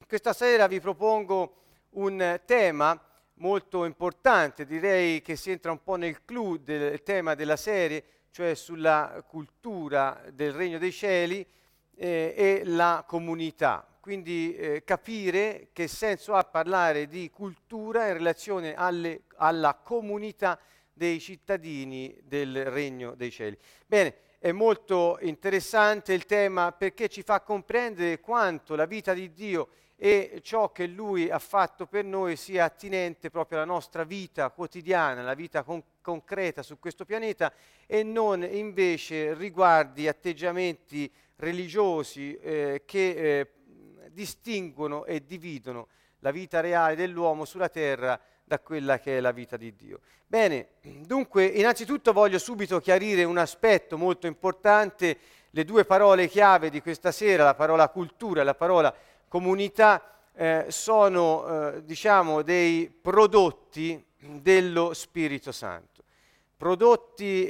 Questa sera vi propongo un tema molto importante, direi che si entra un po' nel clou del tema della serie, cioè sulla cultura del Regno dei Cieli e la comunità. Quindi capire che senso ha parlare di cultura in relazione alla comunità dei cittadini del Regno dei Cieli. Bene, è molto interessante il tema perché ci fa comprendere quanto la vita di Dio e ciò che Lui ha fatto per noi sia attinente proprio alla nostra vita quotidiana, la vita concreta su questo pianeta e non invece riguardi atteggiamenti religiosi che distinguono e dividono la vita reale dell'uomo sulla terra da quella che è la vita di Dio. Bene, dunque innanzitutto voglio subito chiarire un aspetto molto importante, le due parole chiave di questa sera, la parola cultura e la parola comunità, sono diciamo dei prodotti dello Spirito Santo, prodotti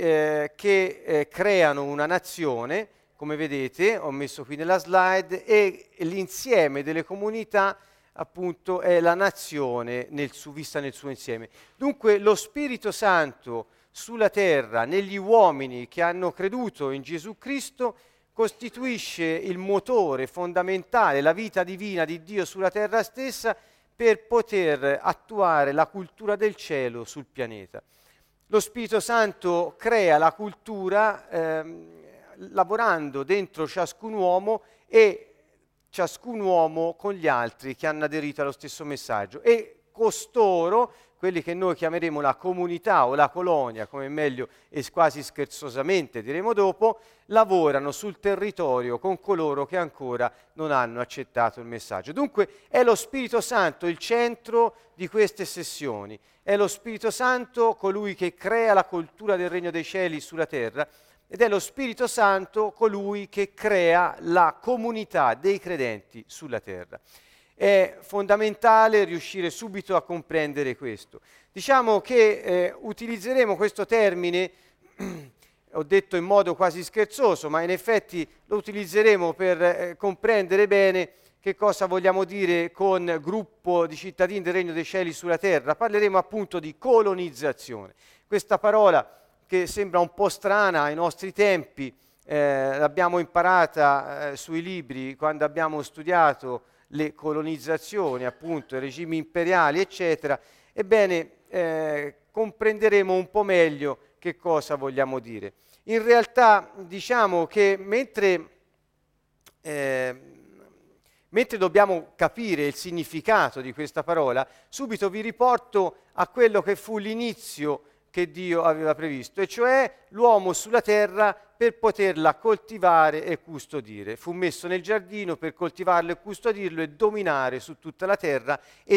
che creano una nazione, come vedete, ho messo qui nella slide, e l'insieme delle comunità appunto è la nazione vista nel suo insieme. Dunque lo Spirito Santo sulla terra, negli uomini che hanno creduto in Gesù Cristo, costituisce il motore fondamentale, la vita divina di Dio sulla terra stessa per poter attuare la cultura del cielo sul pianeta. Lo Spirito Santo crea la cultura lavorando dentro ciascun uomo e ciascun uomo con gli altri che hanno aderito allo stesso messaggio, e costoro, quelli che noi chiameremo la comunità o la colonia, come meglio e quasi scherzosamente diremo dopo, lavorano sul territorio con coloro che ancora non hanno accettato il messaggio. Dunque è lo Spirito Santo il centro di queste sessioni, è lo Spirito Santo colui che crea la cultura del Regno dei Cieli sulla terra, ed è lo Spirito Santo colui che crea la comunità dei credenti sulla terra. È fondamentale riuscire subito a comprendere questo. Diciamo che utilizzeremo questo termine, ho detto in modo quasi scherzoso, ma in effetti lo utilizzeremo per comprendere bene che cosa vogliamo dire con gruppo di cittadini del Regno dei Cieli sulla terra. Parleremo appunto di colonizzazione. Questa parola, che sembra un po' strana ai nostri tempi, l'abbiamo imparata sui libri quando abbiamo studiato le colonizzazioni, appunto, i regimi imperiali, eccetera. Ebbene, comprenderemo un po' meglio che cosa vogliamo dire. In realtà, diciamo che mentre dobbiamo capire il significato di questa parola, subito vi riporto a quello che fu l'inizio che Dio aveva previsto, e cioè l'uomo sulla terra per poterla coltivare e custodire. Fu messo nel giardino per coltivarlo e custodirlo e dominare su tutta la terra,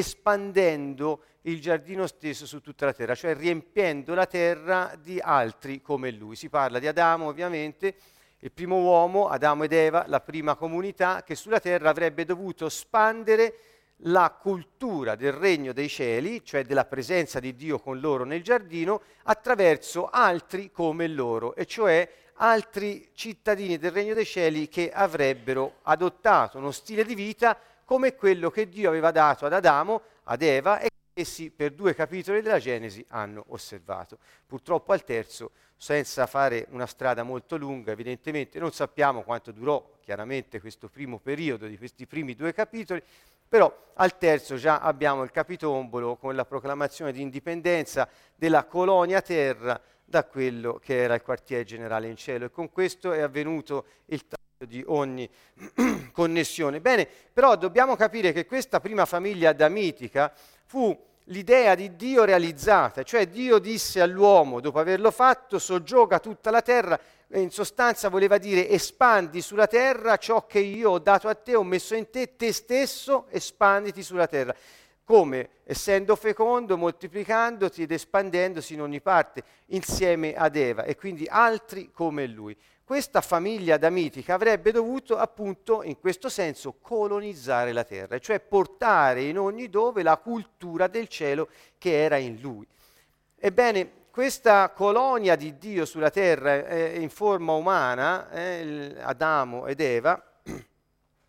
espandendo il giardino stesso su tutta la terra, cioè riempiendo la terra di altri come lui. Si parla di Adamo, ovviamente, il primo uomo, Adamo ed Eva, la prima comunità che sulla terra avrebbe dovuto spandere la cultura del regno dei cieli, cioè della presenza di Dio con loro nel giardino, attraverso altri come loro, e cioè altri cittadini del regno dei cieli che avrebbero adottato uno stile di vita come quello che Dio aveva dato ad Adamo, ad Eva, e che essi per 2 capitoli della Genesi hanno osservato. Purtroppo al terzo, senza fare una strada molto lunga, evidentemente non sappiamo quanto durò chiaramente questo primo periodo di questi primi 2 capitoli, però al terzo già abbiamo il capitombolo con la proclamazione di indipendenza della colonia terra da quello che era il quartier generale in cielo, e con questo è avvenuto il taglio di ogni connessione. Bene, però dobbiamo capire che questa prima famiglia adamitica fu l'idea di Dio realizzata, cioè Dio disse all'uomo, dopo averlo fatto, soggioga tutta la terra. In sostanza voleva dire: espandi sulla terra ciò che io ho dato a te, ho messo in te, te stesso espanditi sulla terra. Come? Essendo fecondo, moltiplicandoti ed espandendosi in ogni parte, insieme ad Eva, e quindi altri come lui. Questa famiglia adamitica avrebbe dovuto appunto in questo senso colonizzare la terra, cioè portare in ogni dove la cultura del cielo che era in lui. Ebbene, questa colonia di Dio sulla terra in forma umana, Adamo ed Eva,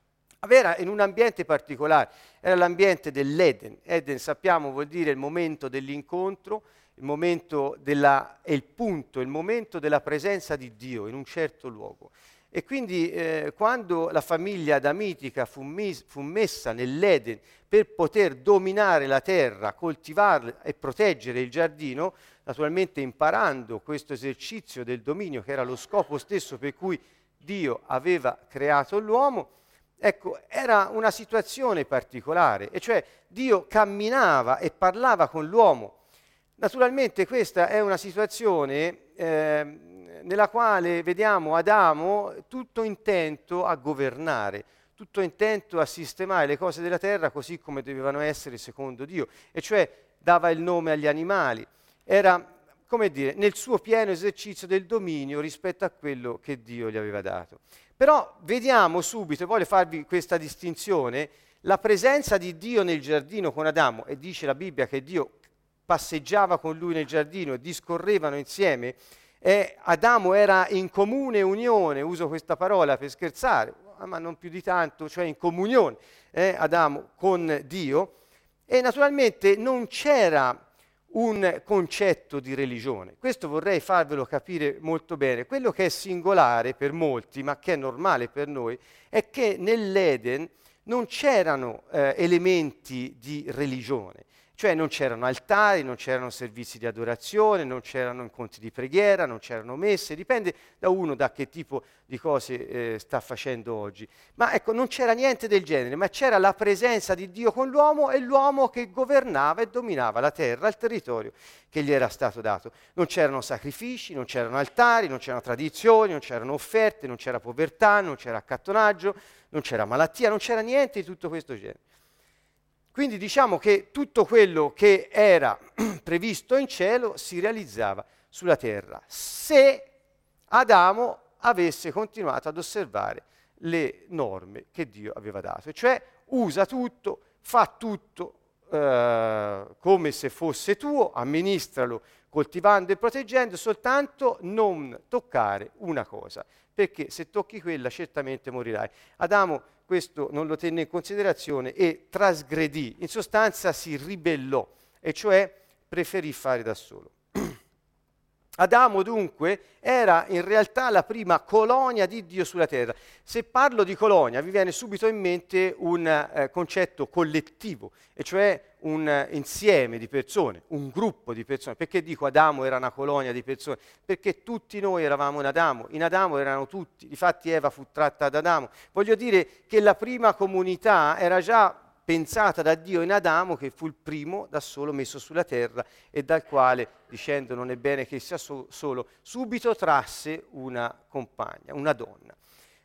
era in un ambiente particolare, era l'ambiente dell'Eden. Eden, sappiamo, vuol dire il momento dell'incontro, il momento è il punto, il momento della presenza di Dio in un certo luogo. E quindi quando la famiglia adamitica fu messa nell'Eden per poter dominare la terra, coltivarla e proteggere il giardino, naturalmente imparando questo esercizio del dominio che era lo scopo stesso per cui Dio aveva creato l'uomo, ecco, era una situazione particolare, e cioè Dio camminava e parlava con l'uomo. Naturalmente questa è una situazione nella quale vediamo Adamo tutto intento a governare, tutto intento a sistemare le cose della terra così come dovevano essere secondo Dio, e cioè dava il nome agli animali, era, come dire, nel suo pieno esercizio del dominio rispetto a quello che Dio gli aveva dato. Però vediamo subito, voglio farvi questa distinzione, la presenza di Dio nel giardino con Adamo, e dice la Bibbia che Dio passeggiava con lui nel giardino e discorrevano insieme, e Adamo era in comune unione, uso questa parola per scherzare, ma non più di tanto, cioè in comunione, Adamo con Dio, e naturalmente non c'era un concetto di religione. Questo vorrei farvelo capire molto bene. Quello che è singolare per molti, ma che è normale per noi, è che nell'Eden non c'erano elementi di religione. Cioè non c'erano altari, non c'erano servizi di adorazione, non c'erano incontri di preghiera, non c'erano messe, dipende da uno da che tipo di cose sta facendo oggi. Ma ecco, non c'era niente del genere, ma c'era la presenza di Dio con l'uomo e l'uomo che governava e dominava la terra, il territorio che gli era stato dato. Non c'erano sacrifici, non c'erano altari, non c'erano tradizioni, non c'erano offerte, non c'era povertà, non c'era accattonaggio, non c'era malattia, non c'era niente di tutto questo genere. Quindi diciamo che tutto quello che era previsto in cielo si realizzava sulla terra, se Adamo avesse continuato ad osservare le norme che Dio aveva dato, cioè usa tutto, fa tutto come se fosse tuo, amministralo coltivando e proteggendo, soltanto non toccare una cosa, perché se tocchi quella certamente morirai. Adamo questo non lo tenne in considerazione e trasgredì, in sostanza si ribellò, e cioè preferì fare da solo. Adamo dunque era in realtà la prima colonia di Dio sulla terra. Se parlo di colonia vi viene subito in mente un concetto collettivo, e cioè un insieme di persone, un gruppo di persone. Perché dico Adamo era una colonia di persone? Perché tutti noi eravamo in Adamo erano tutti, difatti Eva fu tratta da Adamo. Voglio dire che la prima comunità era già pensata da Dio in Adamo, che fu il primo da solo messo sulla terra e dal quale, dicendo non è bene che sia solo, subito trasse una compagna, una donna.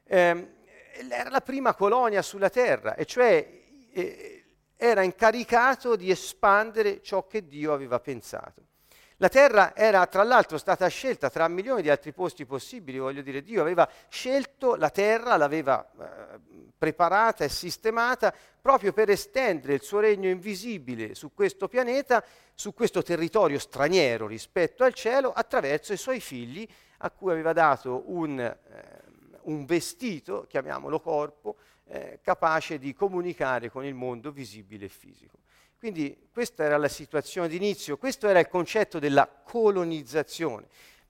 Era la prima colonia sulla terra, e cioè era incaricato di espandere ciò che Dio aveva pensato. La terra era tra l'altro stata scelta tra milioni di altri posti possibili, voglio dire, Dio aveva scelto la terra, l'aveva preparata e sistemata proprio per estendere il suo regno invisibile su questo pianeta, su questo territorio straniero rispetto al cielo, attraverso i suoi figli a cui aveva dato un vestito, chiamiamolo corpo, capace di comunicare con il mondo visibile e fisico. Quindi questa era la situazione d'inizio, questo era il concetto della colonizzazione.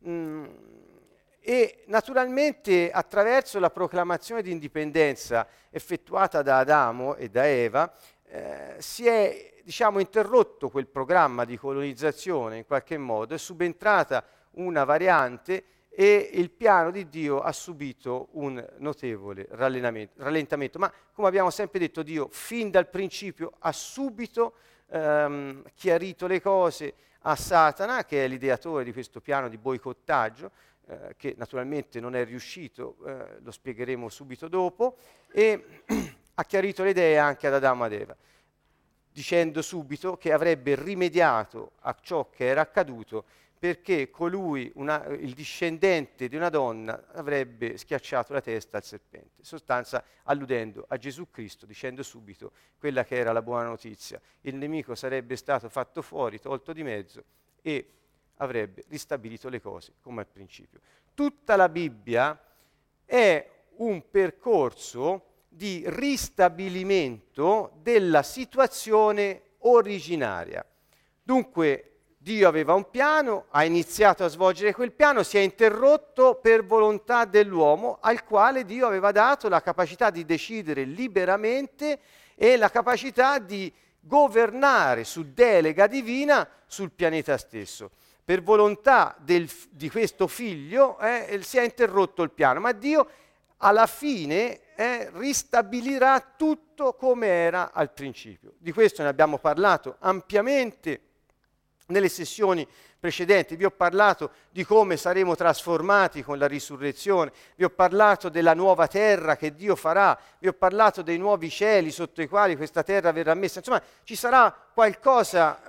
E naturalmente attraverso la proclamazione di indipendenza effettuata da Adamo e da Eva si è, diciamo, interrotto quel programma di colonizzazione in qualche modo, è subentrata una variante e il piano di Dio ha subito un notevole rallentamento. Ma come abbiamo sempre detto, Dio fin dal principio ha subito chiarito le cose a Satana, che è l'ideatore di questo piano di boicottaggio, che naturalmente non è riuscito, lo spiegheremo subito dopo, e ha chiarito le idee anche ad Adamo ed Eva, dicendo subito che avrebbe rimediato a ciò che era accaduto, perché colui, il discendente di una donna, avrebbe schiacciato la testa al serpente, in sostanza alludendo a Gesù Cristo, dicendo subito quella che era la buona notizia. Il nemico sarebbe stato fatto fuori, tolto di mezzo, e avrebbe ristabilito le cose come al principio. Tutta la Bibbia è un percorso di ristabilimento della situazione originaria. Dunque Dio aveva un piano, ha iniziato a svolgere quel piano, si è interrotto per volontà dell'uomo, al quale Dio aveva dato la capacità di decidere liberamente e la capacità di governare su delega divina sul pianeta stesso. Per volontà di questo figlio si è interrotto il piano, ma Dio alla fine ristabilirà tutto come era al principio. Di questo ne abbiamo parlato ampiamente nelle sessioni precedenti. Vi ho parlato di come saremo trasformati con la risurrezione, vi ho parlato della nuova terra che Dio farà, vi ho parlato dei nuovi cieli sotto i quali questa terra verrà messa. Insomma, ci sarà qualcosa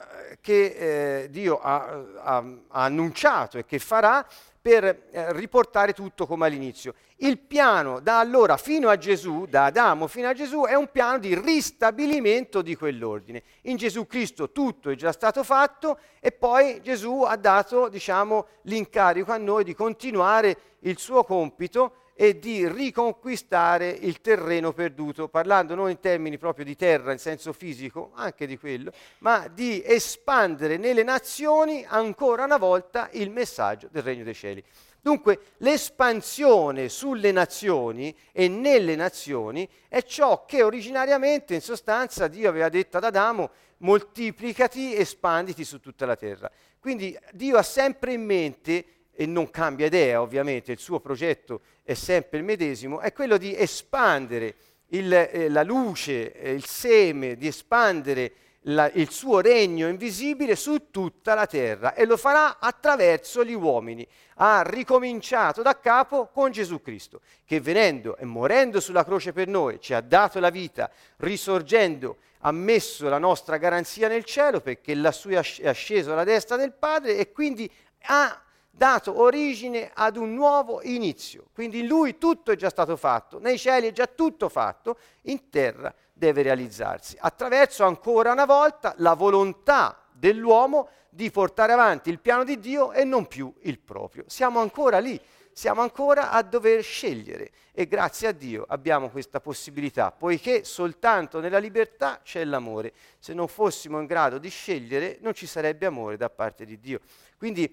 che Dio ha annunciato e che farà per riportare tutto come all'inizio. Il piano da allora fino a Gesù, da Adamo fino a Gesù, è un piano di ristabilimento di quell'ordine. In Gesù Cristo tutto è già stato fatto e poi Gesù ha dato, l'incarico a noi di continuare il suo compito e di riconquistare il terreno perduto, parlando non in termini proprio di terra in senso fisico, anche di quello, ma di espandere nelle nazioni ancora una volta il messaggio del Regno dei Cieli. Dunque l'espansione sulle nazioni e nelle nazioni è ciò che originariamente in sostanza Dio aveva detto ad Adamo: moltiplicati, espanditi su tutta la terra. Quindi Dio ha sempre in mente, e non cambia idea ovviamente, il suo progetto è sempre il medesimo, è quello di espandere la luce, il seme, di espandere il suo regno invisibile su tutta la terra, e lo farà attraverso gli uomini. Ha ricominciato da capo con Gesù Cristo, che venendo e morendo sulla croce per noi ci ha dato la vita, risorgendo ha messo la nostra garanzia nel cielo, perché lassù è asceso alla destra del Padre, e quindi ha dato origine ad un nuovo inizio. Quindi in Lui tutto è già stato fatto, nei cieli è già tutto fatto, in terra deve realizzarsi, attraverso ancora una volta la volontà dell'uomo di portare avanti il piano di Dio e non più il proprio. Siamo ancora lì, siamo ancora a dover scegliere, e grazie a Dio abbiamo questa possibilità, poiché soltanto nella libertà c'è l'amore. Se non fossimo in grado di scegliere non ci sarebbe amore da parte di Dio. Quindi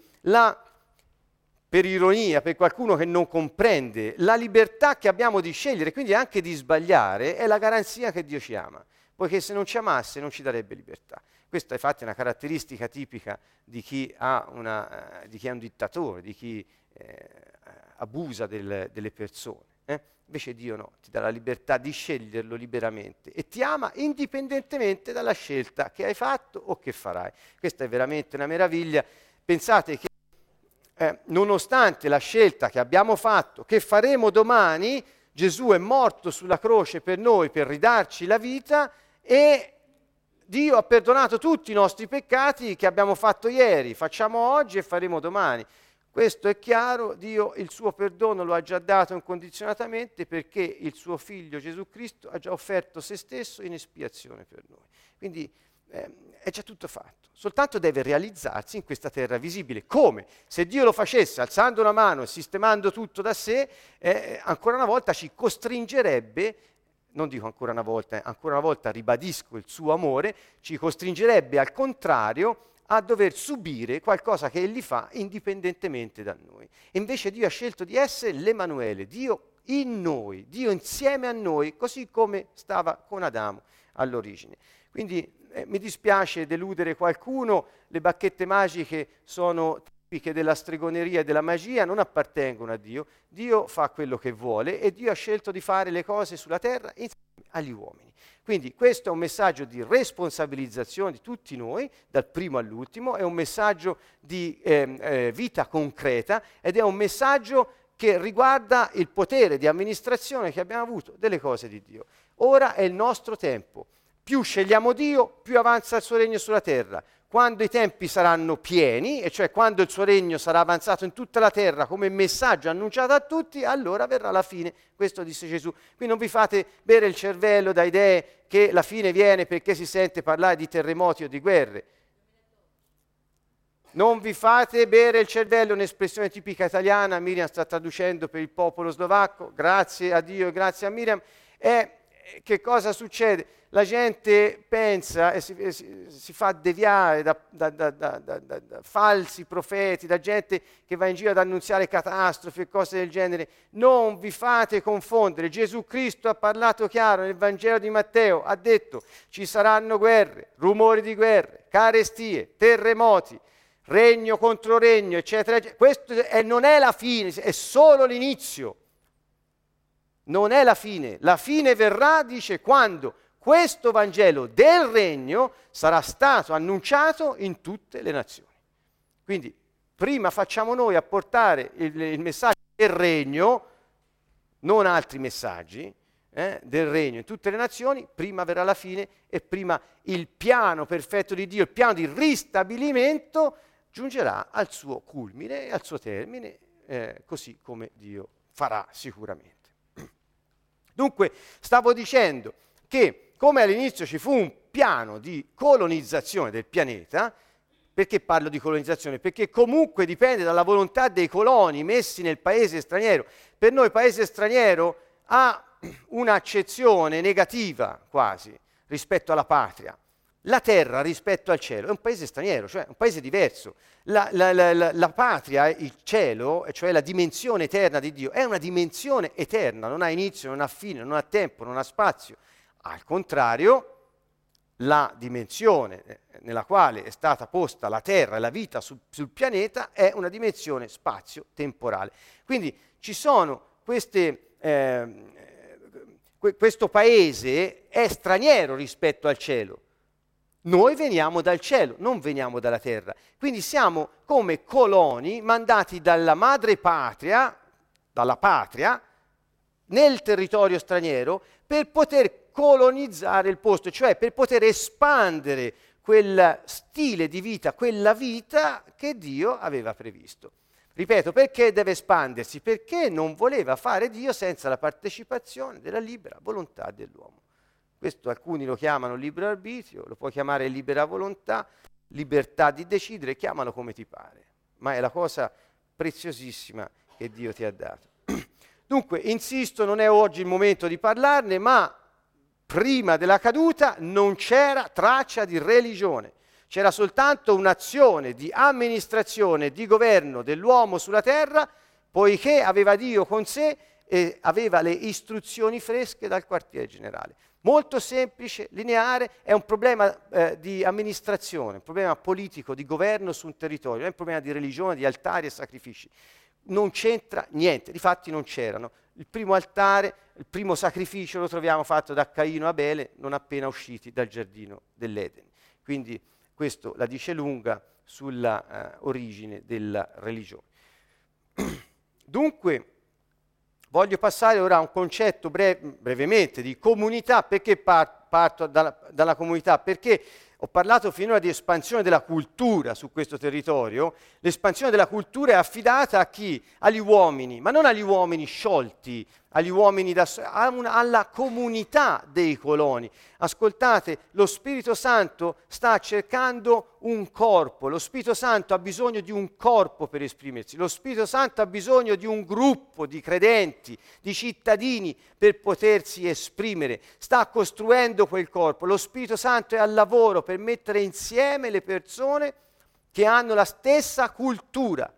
per ironia, per qualcuno che non comprende, la libertà che abbiamo di scegliere, quindi anche di sbagliare, è la garanzia che Dio ci ama, poiché se non ci amasse non ci darebbe libertà. Questa infatti è una caratteristica tipica di chi è un dittatore, di chi abusa delle persone. Invece Dio no, ti dà la libertà di sceglierlo liberamente e ti ama indipendentemente dalla scelta che hai fatto o che farai. Questa è veramente una meraviglia. Pensate che nonostante la scelta che abbiamo fatto, che faremo domani, Gesù è morto sulla croce per noi, per ridarci la vita, e Dio ha perdonato tutti i nostri peccati che abbiamo fatto ieri, facciamo oggi e faremo domani. Questo è chiaro, Dio il suo perdono lo ha già dato incondizionatamente, perché il suo figlio Gesù Cristo ha già offerto se stesso in espiazione per noi. Quindi è già tutto fatto, soltanto deve realizzarsi in questa terra visibile. Come? Se Dio lo facesse alzando una mano e sistemando tutto da sé, ancora una volta ci costringerebbe, non dico ancora una volta ribadisco il suo amore, ci costringerebbe al contrario a dover subire qualcosa che Egli fa indipendentemente da noi. E invece Dio ha scelto di essere l'Emanuele, Dio in noi, Dio insieme a noi, così come stava con Adamo all'origine. Quindi mi dispiace deludere qualcuno, le bacchette magiche sono tipiche della stregoneria e della magia, non appartengono a Dio. Dio fa quello che vuole e Dio ha scelto di fare le cose sulla terra insieme agli uomini. Quindi questo è un messaggio di responsabilizzazione di tutti noi, dal primo all'ultimo, è un messaggio di vita concreta, ed è un messaggio che riguarda il potere di amministrazione che abbiamo avuto delle cose di Dio. Ora è il nostro tempo. Più scegliamo Dio, più avanza il suo regno sulla terra. Quando i tempi saranno pieni, e cioè quando il suo regno sarà avanzato in tutta la terra come messaggio annunciato a tutti, allora verrà la fine. Questo disse Gesù. Qui non vi fate bere il cervello da idee che la fine viene perché si sente parlare di terremoti o di guerre. Non vi fate bere il cervello, un'espressione tipica italiana, Miriam sta traducendo per il popolo slovacco, grazie a Dio e grazie a Miriam, è che cosa succede? La gente pensa e si fa deviare da falsi profeti, da gente che va in giro ad annunziare catastrofi e cose del genere. Non vi fate confondere. Gesù Cristo ha parlato chiaro nel Vangelo di Matteo, ha detto ci saranno guerre, rumori di guerre, carestie, terremoti, regno contro regno, eccetera, eccetera. Questo non è la fine, è solo l'inizio. Non è la fine. La fine verrà, dice, quando questo Vangelo del regno sarà stato annunciato in tutte le nazioni. Quindi prima facciamo noi a portare il messaggio del regno, non altri messaggi, del regno in tutte le nazioni, prima verrà la fine e prima il piano perfetto di Dio, il piano di ristabilimento giungerà al suo culmine e al suo termine, così come Dio farà sicuramente. Dunque, stavo dicendo che, come all'inizio ci fu un piano di colonizzazione del pianeta, perché parlo di colonizzazione? Perché comunque dipende dalla volontà dei coloni messi nel paese straniero. Per noi paese straniero ha un'accezione negativa quasi rispetto alla patria. La terra rispetto al cielo è un paese straniero, cioè un paese diverso. La patria, il cielo, cioè la dimensione eterna di Dio, è una dimensione eterna, non ha inizio, non ha fine, non ha tempo, non ha spazio. Al contrario, la dimensione nella quale è stata posta la terra e la vita sul pianeta è una dimensione spazio-temporale. Quindi ci sono queste... questo paese è straniero rispetto al cielo. Noi veniamo dal cielo, non veniamo dalla terra. Quindi siamo come coloni mandati dalla madre patria, dalla patria, nel territorio straniero per poter colonizzare il posto, cioè per poter espandere quel stile di vita, quella vita che Dio aveva previsto. Ripeto, perché deve espandersi? Perché non voleva fare Dio senza la partecipazione della libera volontà dell'uomo. Questo alcuni lo chiamano libero arbitrio, lo puoi chiamare libera volontà, libertà di decidere, chiamalo come ti pare, ma è la cosa preziosissima che Dio ti ha dato. Dunque, insisto, non è oggi il momento di parlarne, ma prima della caduta non c'era traccia di religione, c'era soltanto un'azione di amministrazione, di governo dell'uomo sulla terra, poiché aveva Dio con sé e aveva le istruzioni fresche dal quartiere generale. Molto semplice, lineare, è un problema di amministrazione, un problema politico, di governo su un territorio, non è un problema di religione, di altari e sacrifici. Non c'entra niente, difatti non c'erano. Il primo altare, il primo sacrificio lo troviamo fatto da Caino e Abele non appena usciti dal giardino dell'Eden. Quindi questo la dice lunga sulla origine della religione. Dunque, voglio passare ora a un concetto brevemente di comunità. Perché parto dalla comunità? Perché ho parlato finora di espansione della cultura su questo territorio. L'espansione della cultura è affidata a chi? Agli uomini, ma non agli uomini sciolti, agli uomini alla comunità dei coloni. Ascoltate, lo Spirito Santo sta cercando un corpo, lo Spirito Santo ha bisogno di un corpo per esprimersi, lo Spirito Santo ha bisogno di un gruppo di credenti, di cittadini per potersi esprimere. Sta costruendo quel corpo, lo Spirito Santo è al lavoro per mettere insieme le persone che hanno la stessa cultura,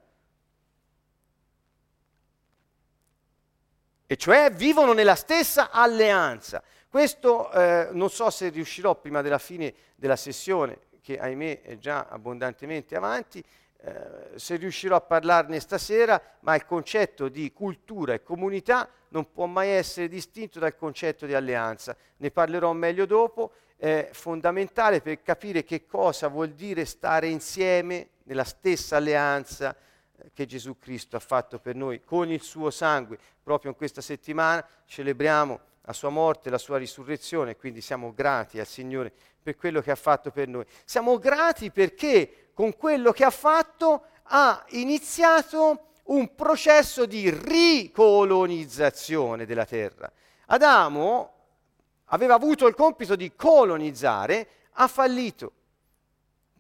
e cioè vivono nella stessa alleanza. Questo non so se riuscirò prima della fine della sessione, che ahimè è già abbondantemente avanti, se riuscirò a parlarne stasera, ma il concetto di cultura e comunità non può mai essere distinto dal concetto di alleanza. Ne parlerò meglio dopo, è fondamentale per capire che cosa vuol dire stare insieme nella stessa alleanza che Gesù Cristo ha fatto per noi con il suo sangue. Proprio in questa settimana celebriamo la sua morte, la sua risurrezione, quindi siamo grati al Signore per quello che ha fatto per noi. Siamo grati perché con quello che ha fatto ha iniziato un processo di ricolonizzazione della terra. Adamo aveva avuto il compito di colonizzare, ha fallito.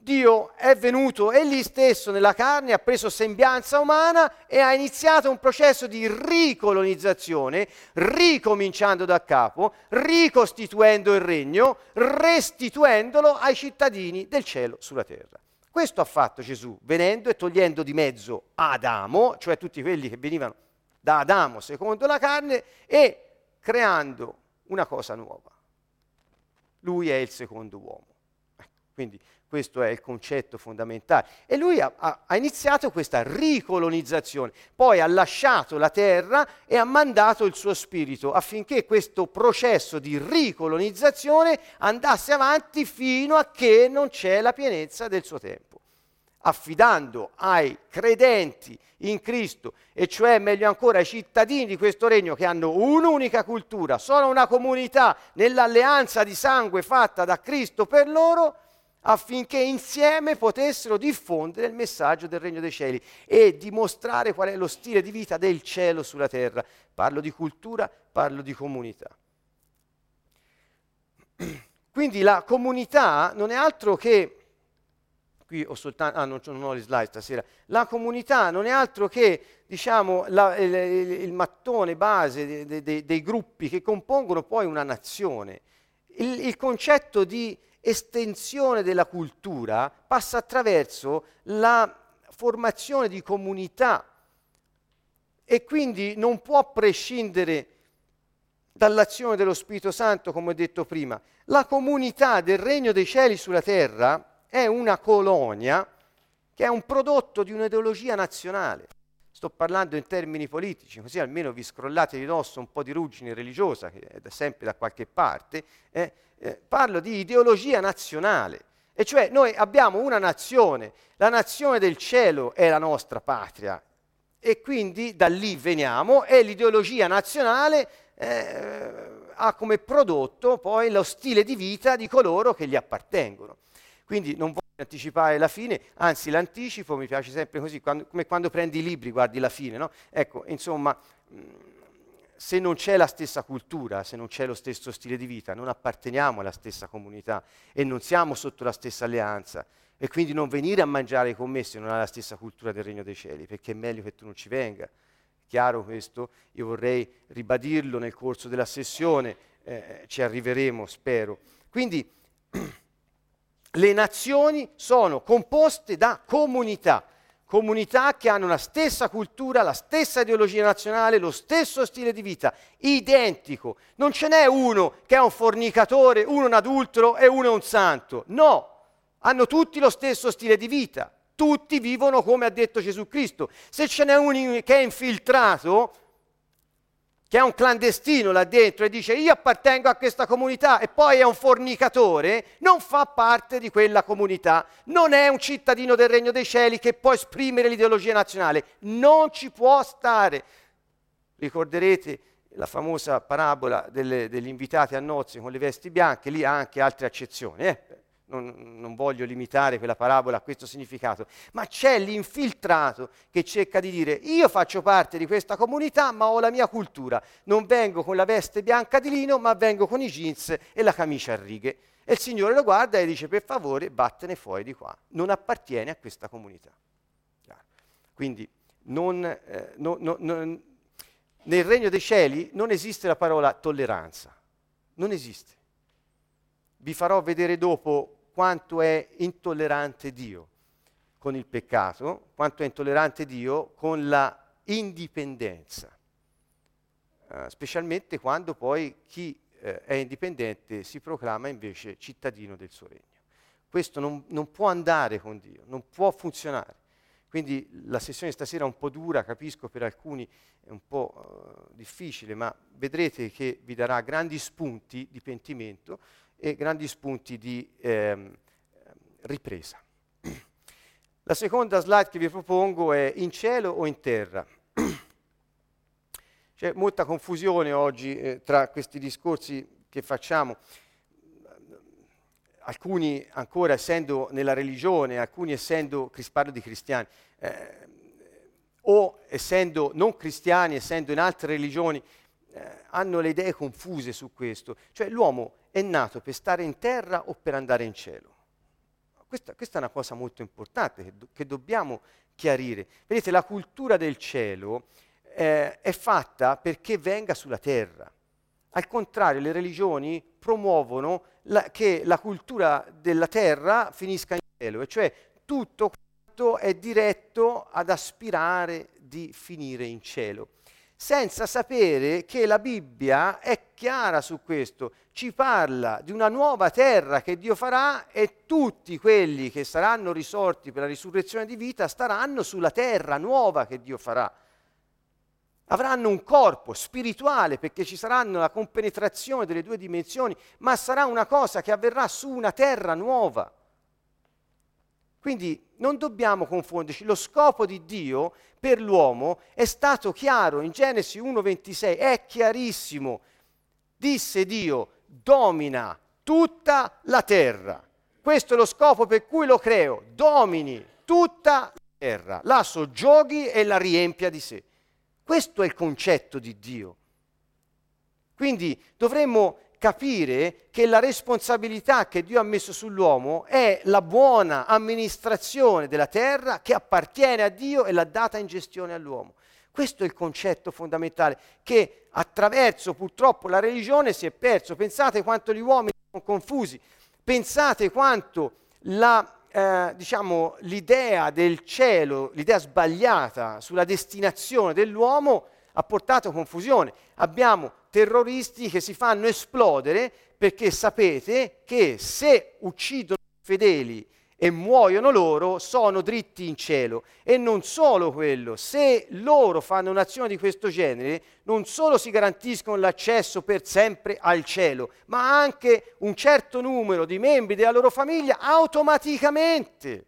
Dio è venuto egli stesso nella carne, ha preso sembianza umana e ha iniziato un processo di ricolonizzazione, ricominciando da capo, ricostituendo il regno, restituendolo ai cittadini del cielo sulla terra. Questo ha fatto Gesù, venendo e togliendo di mezzo Adamo, cioè tutti quelli che venivano da Adamo secondo la carne, e creando una cosa nuova. Lui è il secondo uomo. Quindi questo è il concetto fondamentale. E lui ha iniziato questa ricolonizzazione, poi ha lasciato la terra e ha mandato il suo spirito affinché questo processo di ricolonizzazione andasse avanti fino a che non c'è la pienezza del suo tempo, affidando ai credenti in Cristo, e cioè meglio ancora ai cittadini di questo regno che hanno un'unica cultura, sono una comunità nell'alleanza di sangue fatta da Cristo per loro, affinché insieme potessero diffondere il messaggio del Regno dei Cieli e dimostrare qual è lo stile di vita del cielo sulla terra. Parlo di cultura, parlo di comunità. Quindi la comunità non è altro che, qui ho soltanto, non ho le slide stasera, la comunità non è altro che, diciamo, il mattone base dei gruppi che compongono poi una nazione. Il concetto di estensione della cultura passa attraverso la formazione di comunità e quindi non può prescindere dall'azione dello Spirito Santo, come ho detto prima. La comunità del Regno dei Cieli sulla terra è una colonia che è un prodotto di un'ideologia nazionale. Sto parlando in termini politici, così almeno vi scrollate di dosso un po' di ruggine religiosa, che è sempre da qualche parte. Parlo di ideologia nazionale, e cioè noi abbiamo una nazione, la nazione del cielo è la nostra patria, e quindi da lì veniamo, e l'ideologia nazionale ha come prodotto poi lo stile di vita di coloro che gli appartengono. Quindi non voglio anticipare la fine, anzi l'anticipo, mi piace sempre così, come quando prendi i libri, guardi la fine, no? Ecco, insomma, se non c'è la stessa cultura, se non c'è lo stesso stile di vita, non apparteniamo alla stessa comunità e non siamo sotto la stessa alleanza. E quindi non venire a mangiare con me se non hai la stessa cultura del Regno dei Cieli, perché è meglio che tu non ci venga. Chiaro questo? Io vorrei ribadirlo nel corso della sessione, ci arriveremo, spero. Quindi le nazioni sono composte da comunità che hanno la stessa cultura, la stessa ideologia nazionale, lo stesso stile di vita, identico. Non ce n'è uno che è un fornicatore, uno un adultero e uno è un santo. No, hanno tutti lo stesso stile di vita, tutti vivono come ha detto Gesù Cristo. Se ce n'è uno che è infiltrato, che è un clandestino là dentro e dice io appartengo a questa comunità e poi è un fornicatore, non fa parte di quella comunità, non è un cittadino del Regno dei Cieli che può esprimere l'ideologia nazionale, non ci può stare. Ricorderete la famosa parabola degli invitati a nozze con le vesti bianche, lì ha anche altre accezioni, Non voglio limitare quella parabola a questo significato, ma c'è l'infiltrato che cerca di dire io faccio parte di questa comunità ma ho la mia cultura, non vengo con la veste bianca di lino ma vengo con i jeans e la camicia a righe. E il Signore lo guarda e dice per favore vattene fuori di qua, non appartiene a questa comunità. Quindi nel Regno dei Cieli non esiste la parola tolleranza, non esiste. Vi farò vedere dopo quanto è intollerante Dio con il peccato, quanto è intollerante Dio con la indipendenza, specialmente quando poi chi è indipendente si proclama invece cittadino del suo regno. Questo non può andare con Dio, non può funzionare. Quindi la sessione stasera è un po' dura, capisco per alcuni è un po' difficile, ma vedrete che vi darà grandi spunti di pentimento e grandi spunti di ripresa. La seconda slide che vi propongo è in cielo o in terra. C'è molta confusione oggi tra questi discorsi che facciamo. Alcuni ancora essendo nella religione, alcuni essendo, parlo di cristiani, o essendo non cristiani, essendo in altre religioni, hanno le idee confuse su questo. Cioè l'uomo è nato per stare in terra o per andare in cielo? Questa è una cosa molto importante che dobbiamo chiarire. Vedete, la cultura del cielo è fatta perché venga sulla terra. Al contrario, le religioni promuovono che la cultura della terra finisca in cielo, e cioè tutto quanto è diretto ad aspirare di finire in cielo, senza sapere che la Bibbia è chiara su questo, ci parla di una nuova terra che Dio farà e tutti quelli che saranno risorti per la risurrezione di vita staranno sulla terra nuova che Dio farà. Avranno un corpo spirituale perché ci saranno la compenetrazione delle due dimensioni, ma sarà una cosa che avverrà su una terra nuova. Quindi non dobbiamo confonderci, lo scopo di Dio per l'uomo è stato chiaro, in Genesi 1,26 è chiarissimo. Disse Dio, domina tutta la terra. Questo è lo scopo per cui lo creo, domini tutta la terra, la soggioghi e la riempia di sé. Questo è il concetto di Dio. Quindi dovremmo capire che la responsabilità che Dio ha messo sull'uomo è la buona amministrazione della terra che appartiene a Dio e l'ha data in gestione all'uomo. Questo è il concetto fondamentale che attraverso purtroppo la religione si è perso. Pensate quanto gli uomini sono confusi, pensate quanto l'idea del cielo, l'idea sbagliata sulla destinazione dell'uomo ha portato confusione. Abbiamo terroristi che si fanno esplodere perché sapete che se uccidono i fedeli e muoiono loro sono dritti in cielo. E non solo quello, se loro fanno un'azione di questo genere non solo si garantiscono l'accesso per sempre al cielo, ma anche un certo numero di membri della loro famiglia automaticamente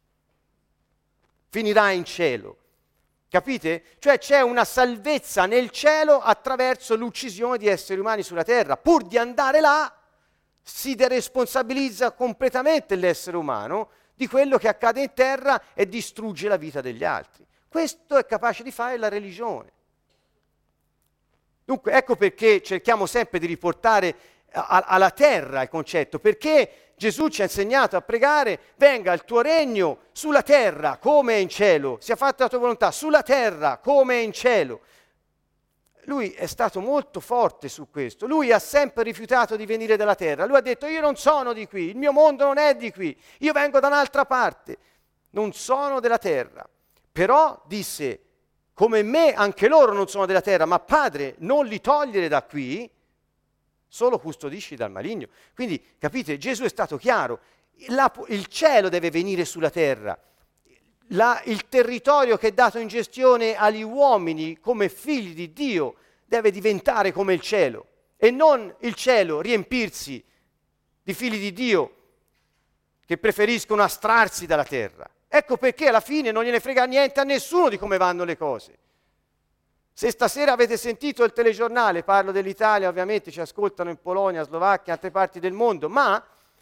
finirà in cielo. Capite? Cioè c'è una salvezza nel cielo attraverso l'uccisione di esseri umani sulla terra. Pur di andare là si deresponsabilizza completamente l'essere umano di quello che accade in terra e distrugge la vita degli altri. Questo è capace di fare la religione. Dunque ecco perché cerchiamo sempre di riportare alla terra il concetto, perché Gesù ci ha insegnato a pregare: venga il tuo regno sulla terra come è in cielo, sia fatta la tua volontà sulla terra come è in cielo. Lui è stato molto forte su questo, lui ha sempre rifiutato di venire dalla terra, lui ha detto: io non sono di qui, il mio mondo non è di qui, io vengo da un'altra parte, non sono della terra. Però disse: come me anche loro non sono della terra, ma Padre, non li togliere da qui, solo custodisci dal maligno. Quindi, capite, Gesù è stato chiaro, il cielo deve venire sulla terra. Il territorio che è dato in gestione agli uomini come figli di Dio deve diventare come il cielo e non il cielo riempirsi di figli di Dio che preferiscono astrarsi dalla terra. Ecco perché alla fine non gliene frega niente a nessuno di come vanno le cose. Se stasera avete sentito il telegiornale, parlo dell'Italia, ovviamente ci ascoltano in Polonia, Slovacchia, altre parti del mondo, ma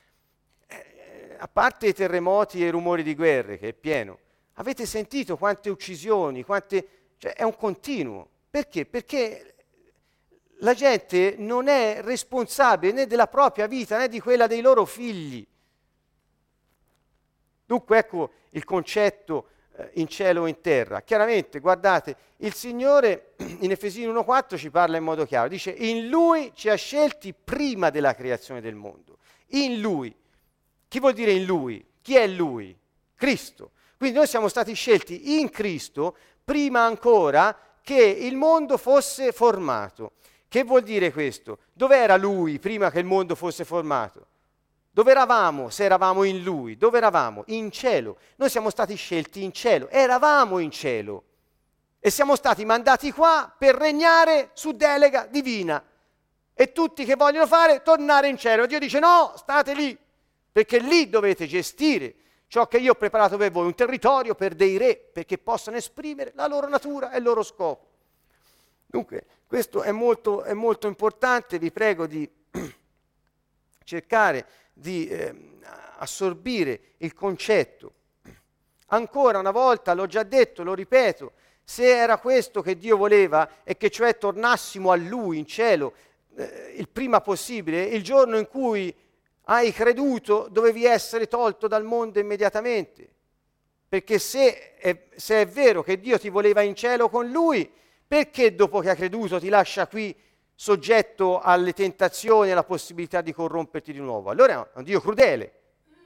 a parte i terremoti e i rumori di guerre, che è pieno, avete sentito quante uccisioni, cioè è un continuo. Perché? Perché la gente non è responsabile né della propria vita né di quella dei loro figli. Dunque ecco il concetto in cielo o in terra. Chiaramente, guardate, il Signore in Efesini 1,4 ci parla in modo chiaro, dice: in Lui ci ha scelti prima della creazione del mondo. In Lui. Chi vuol dire in Lui? Chi è Lui? Cristo. Quindi noi siamo stati scelti in Cristo prima ancora che il mondo fosse formato. Che vuol dire questo? Dov'era Lui prima che il mondo fosse formato? Dove eravamo se eravamo in Lui? Dove eravamo? In cielo. Noi siamo stati scelti in cielo, eravamo in cielo e siamo stati mandati qua per regnare su delega divina. E tutti che vogliono fare tornare in cielo. Dio dice: no, state lì, perché lì dovete gestire ciò che io ho preparato per voi, un territorio per dei re, perché possano esprimere la loro natura e il loro scopo. Dunque, questo è molto importante, vi prego di cercare di assorbire il concetto. Ancora una volta, l'ho già detto, lo ripeto, se era questo che Dio voleva e che cioè tornassimo a Lui in cielo il prima possibile, il giorno in cui hai creduto, dovevi essere tolto dal mondo immediatamente. Perché se è vero che Dio ti voleva in cielo con Lui, perché dopo che hai creduto ti lascia qui soggetto alle tentazioni e alla possibilità di corromperti di nuovo? Allora è un Dio crudele.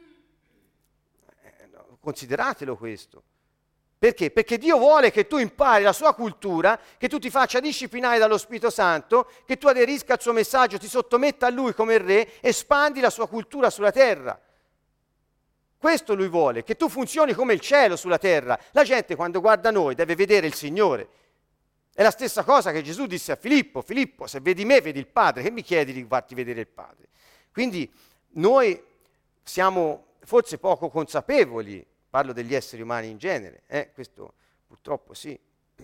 Consideratelo questo. Perché? Perché Dio vuole che tu impari la sua cultura, che tu ti faccia disciplinare dallo Spirito Santo, che tu aderisca al suo messaggio, ti sottometta a Lui come re, espandi la sua cultura sulla terra. Questo Lui vuole, che tu funzioni come il cielo sulla terra. La gente quando guarda noi deve vedere il Signore. È la stessa cosa che Gesù disse a Filippo: Filippo, se vedi me, vedi il Padre, che mi chiedi di farti vedere il Padre? Quindi noi siamo forse poco consapevoli, parlo degli esseri umani in genere, questo purtroppo sì.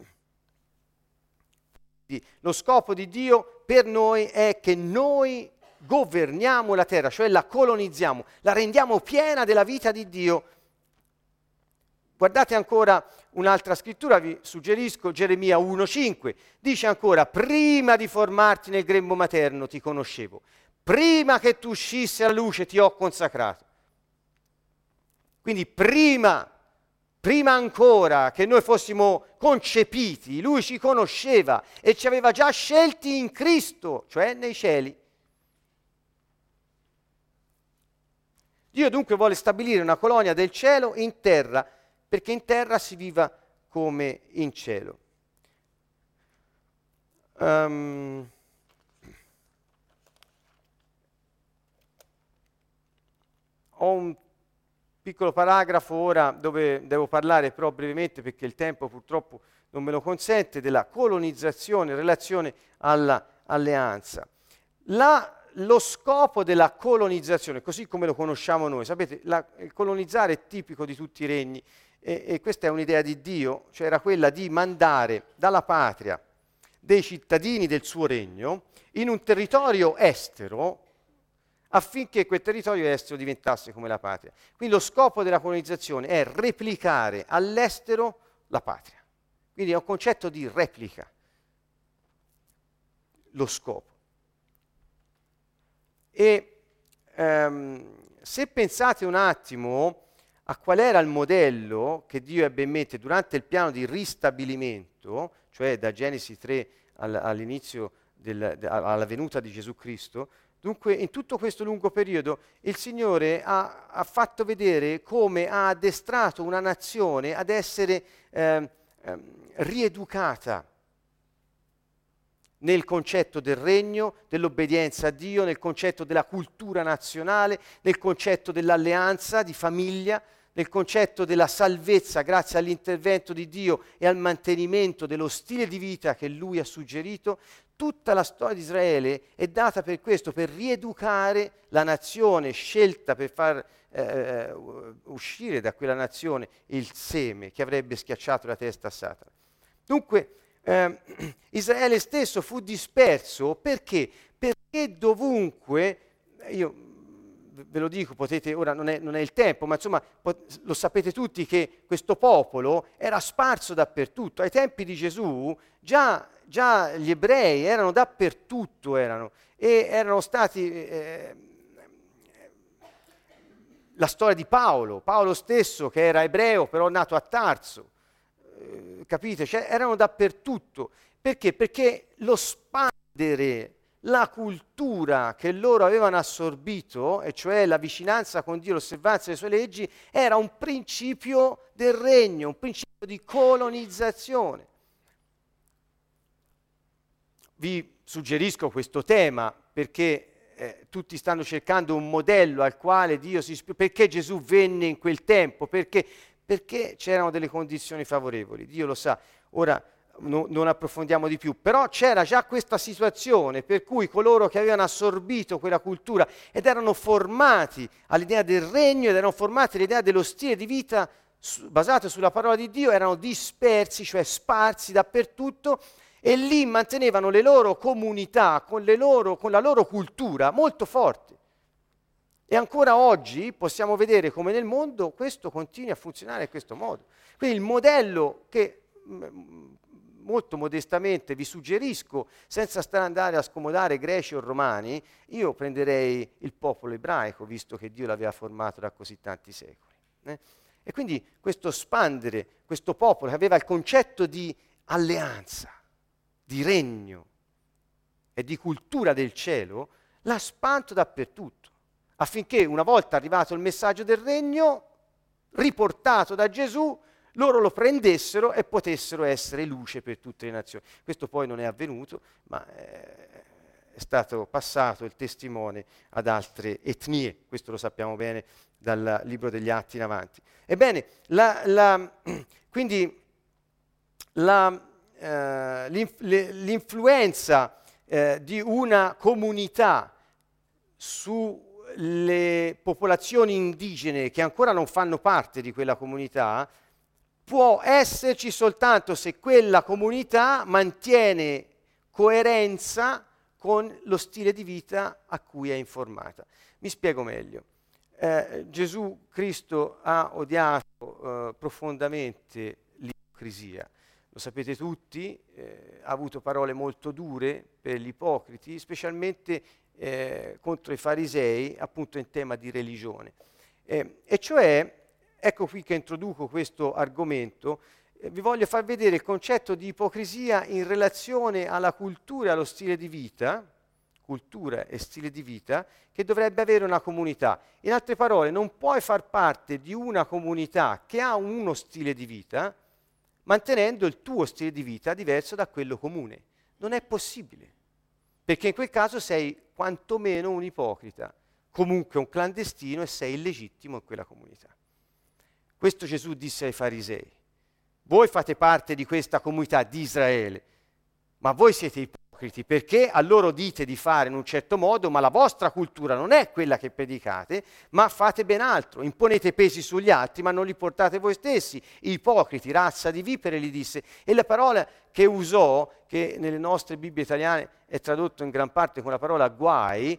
Lo scopo di Dio per noi è che noi governiamo la terra, cioè la colonizziamo, la rendiamo piena della vita di Dio. Guardate ancora un'altra scrittura, vi suggerisco Geremia 1,5, dice ancora: prima di formarti nel grembo materno ti conoscevo, prima che tu uscissi alla luce ti ho consacrato. Quindi prima ancora che noi fossimo concepiti, Lui ci conosceva e ci aveva già scelti in Cristo, cioè nei cieli. Dio dunque vuole stabilire una colonia del cielo in terra, perché in terra si viva come in cielo. Ho un piccolo paragrafo ora dove devo parlare però brevemente, perché il tempo purtroppo non me lo consente, della colonizzazione in relazione all'alleanza. Lo scopo della colonizzazione, così come lo conosciamo noi, sapete, il colonizzare è tipico di tutti i regni e questa è un'idea di Dio, cioè era quella di mandare dalla patria dei cittadini del suo regno in un territorio estero affinché quel territorio estero diventasse come la patria. Quindi lo scopo della colonizzazione è replicare all'estero la patria. Quindi è un concetto di replica, lo scopo. E se pensate un attimo a qual era il modello che Dio ebbe in mente durante il piano di ristabilimento, cioè da Genesi 3 all'inizio alla venuta di Gesù Cristo, dunque in tutto questo lungo periodo il Signore ha fatto vedere come ha addestrato una nazione ad essere rieducata nel concetto del regno, dell'obbedienza a Dio, nel concetto della cultura nazionale, nel concetto dell'alleanza di famiglia, nel concetto della salvezza grazie all'intervento di Dio e al mantenimento dello stile di vita che Lui ha suggerito. Tutta la storia di Israele è data per questo, per rieducare la nazione scelta per far uscire da quella nazione il seme che avrebbe schiacciato la testa a Satana. Dunque, Israele stesso fu disperso perché? Perché dovunque, io ve lo dico, potete, ora non è il tempo, ma insomma lo sapete tutti che questo popolo era sparso dappertutto. Ai tempi di Gesù già gli ebrei erano dappertutto, e erano stati... la storia di Paolo stesso che era ebreo però nato a Tarso, capite? Cioè, erano dappertutto. Perché? Perché lo spandere la cultura che loro avevano assorbito, e cioè la vicinanza con Dio, l'osservanza delle sue leggi, era un principio del regno, un principio di colonizzazione. Vi suggerisco questo tema perché tutti stanno cercando un modello al quale Dio si ispira. Perché Gesù venne in quel tempo? Perché c'erano delle condizioni favorevoli, Dio lo sa. Ora non approfondiamo di più, però c'era già questa situazione per cui coloro che avevano assorbito quella cultura ed erano formati all'idea del regno ed erano formati all'idea dello stile di vita basato sulla parola di Dio, erano dispersi, cioè sparsi dappertutto, e lì mantenevano le loro comunità con la loro cultura molto forte. E ancora oggi possiamo vedere come nel mondo questo continui a funzionare in questo modo. Quindi il modello che molto modestamente vi suggerisco, senza stare andare a scomodare greci o romani, io prenderei il popolo ebraico, visto che Dio l'aveva formato da così tanti secoli. E quindi questo spandere, questo popolo che aveva il concetto di alleanza, di regno e di cultura del cielo, l'ha spanto dappertutto, affinché una volta arrivato il messaggio del regno, riportato da Gesù, loro lo prendessero e potessero essere luce per tutte le nazioni. Questo poi non è avvenuto, ma è stato passato il testimone ad altre etnie, questo lo sappiamo bene dal libro degli Atti in avanti. Ebbene, quindi l'influenza di una comunità sulle popolazioni indigene che ancora non fanno parte di quella comunità può esserci soltanto se quella comunità mantiene coerenza con lo stile di vita a cui è informata. Mi spiego meglio. Gesù Cristo ha odiato profondamente l'ipocrisia. Lo sapete tutti, ha avuto parole molto dure per gli ipocriti, specialmente contro i farisei, appunto in tema di religione. E cioè, ecco qui che introduco questo argomento, vi voglio far vedere il concetto di ipocrisia in relazione alla cultura e allo stile di vita, cultura e stile di vita, che dovrebbe avere una comunità. In altre parole, non puoi far parte di una comunità che ha uno stile di vita, mantenendo il tuo stile di vita diverso da quello comune. Non è possibile, perché in quel caso sei quantomeno un ipocrita, comunque un clandestino e sei illegittimo in quella comunità. Questo Gesù disse ai farisei: voi fate parte di questa comunità di Israele, ma voi siete ipocriti perché a loro dite di fare in un certo modo, ma la vostra cultura non è quella che predicate, ma fate ben altro, imponete pesi sugli altri, ma non li portate voi stessi. Ipocriti, razza di vipere, gli disse. E la parola che usò, che nelle nostre Bibbie italiane è tradotto in gran parte con la parola guai,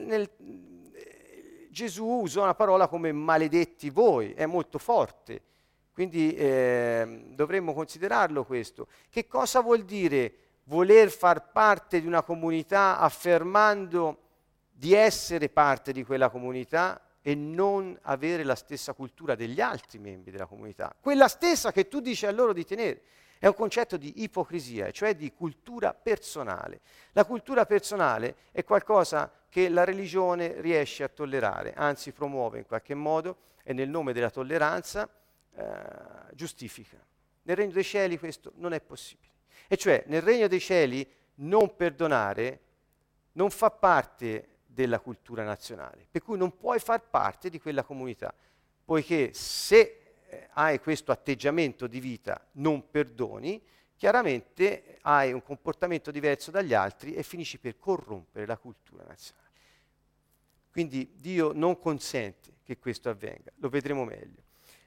Gesù usò una parola come maledetti voi, è molto forte. Quindi dovremmo considerarlo questo. Che cosa vuol dire voler far parte di una comunità affermando di essere parte di quella comunità e non avere la stessa cultura degli altri membri della comunità? Quella stessa che tu dici a loro di tenere. È un concetto di ipocrisia, cioè di cultura personale. La cultura personale è qualcosa che la religione riesce a tollerare, anzi promuove in qualche modo e nel nome della tolleranza giustifica. Nel regno dei cieli questo non è possibile. E cioè nel regno dei cieli non perdonare non fa parte della cultura nazionale, per cui non puoi far parte di quella comunità, poiché se hai questo atteggiamento di vita, non perdoni, chiaramente hai un comportamento diverso dagli altri e finisci per corrompere la cultura nazionale. Quindi Dio non consente che questo avvenga, lo vedremo meglio.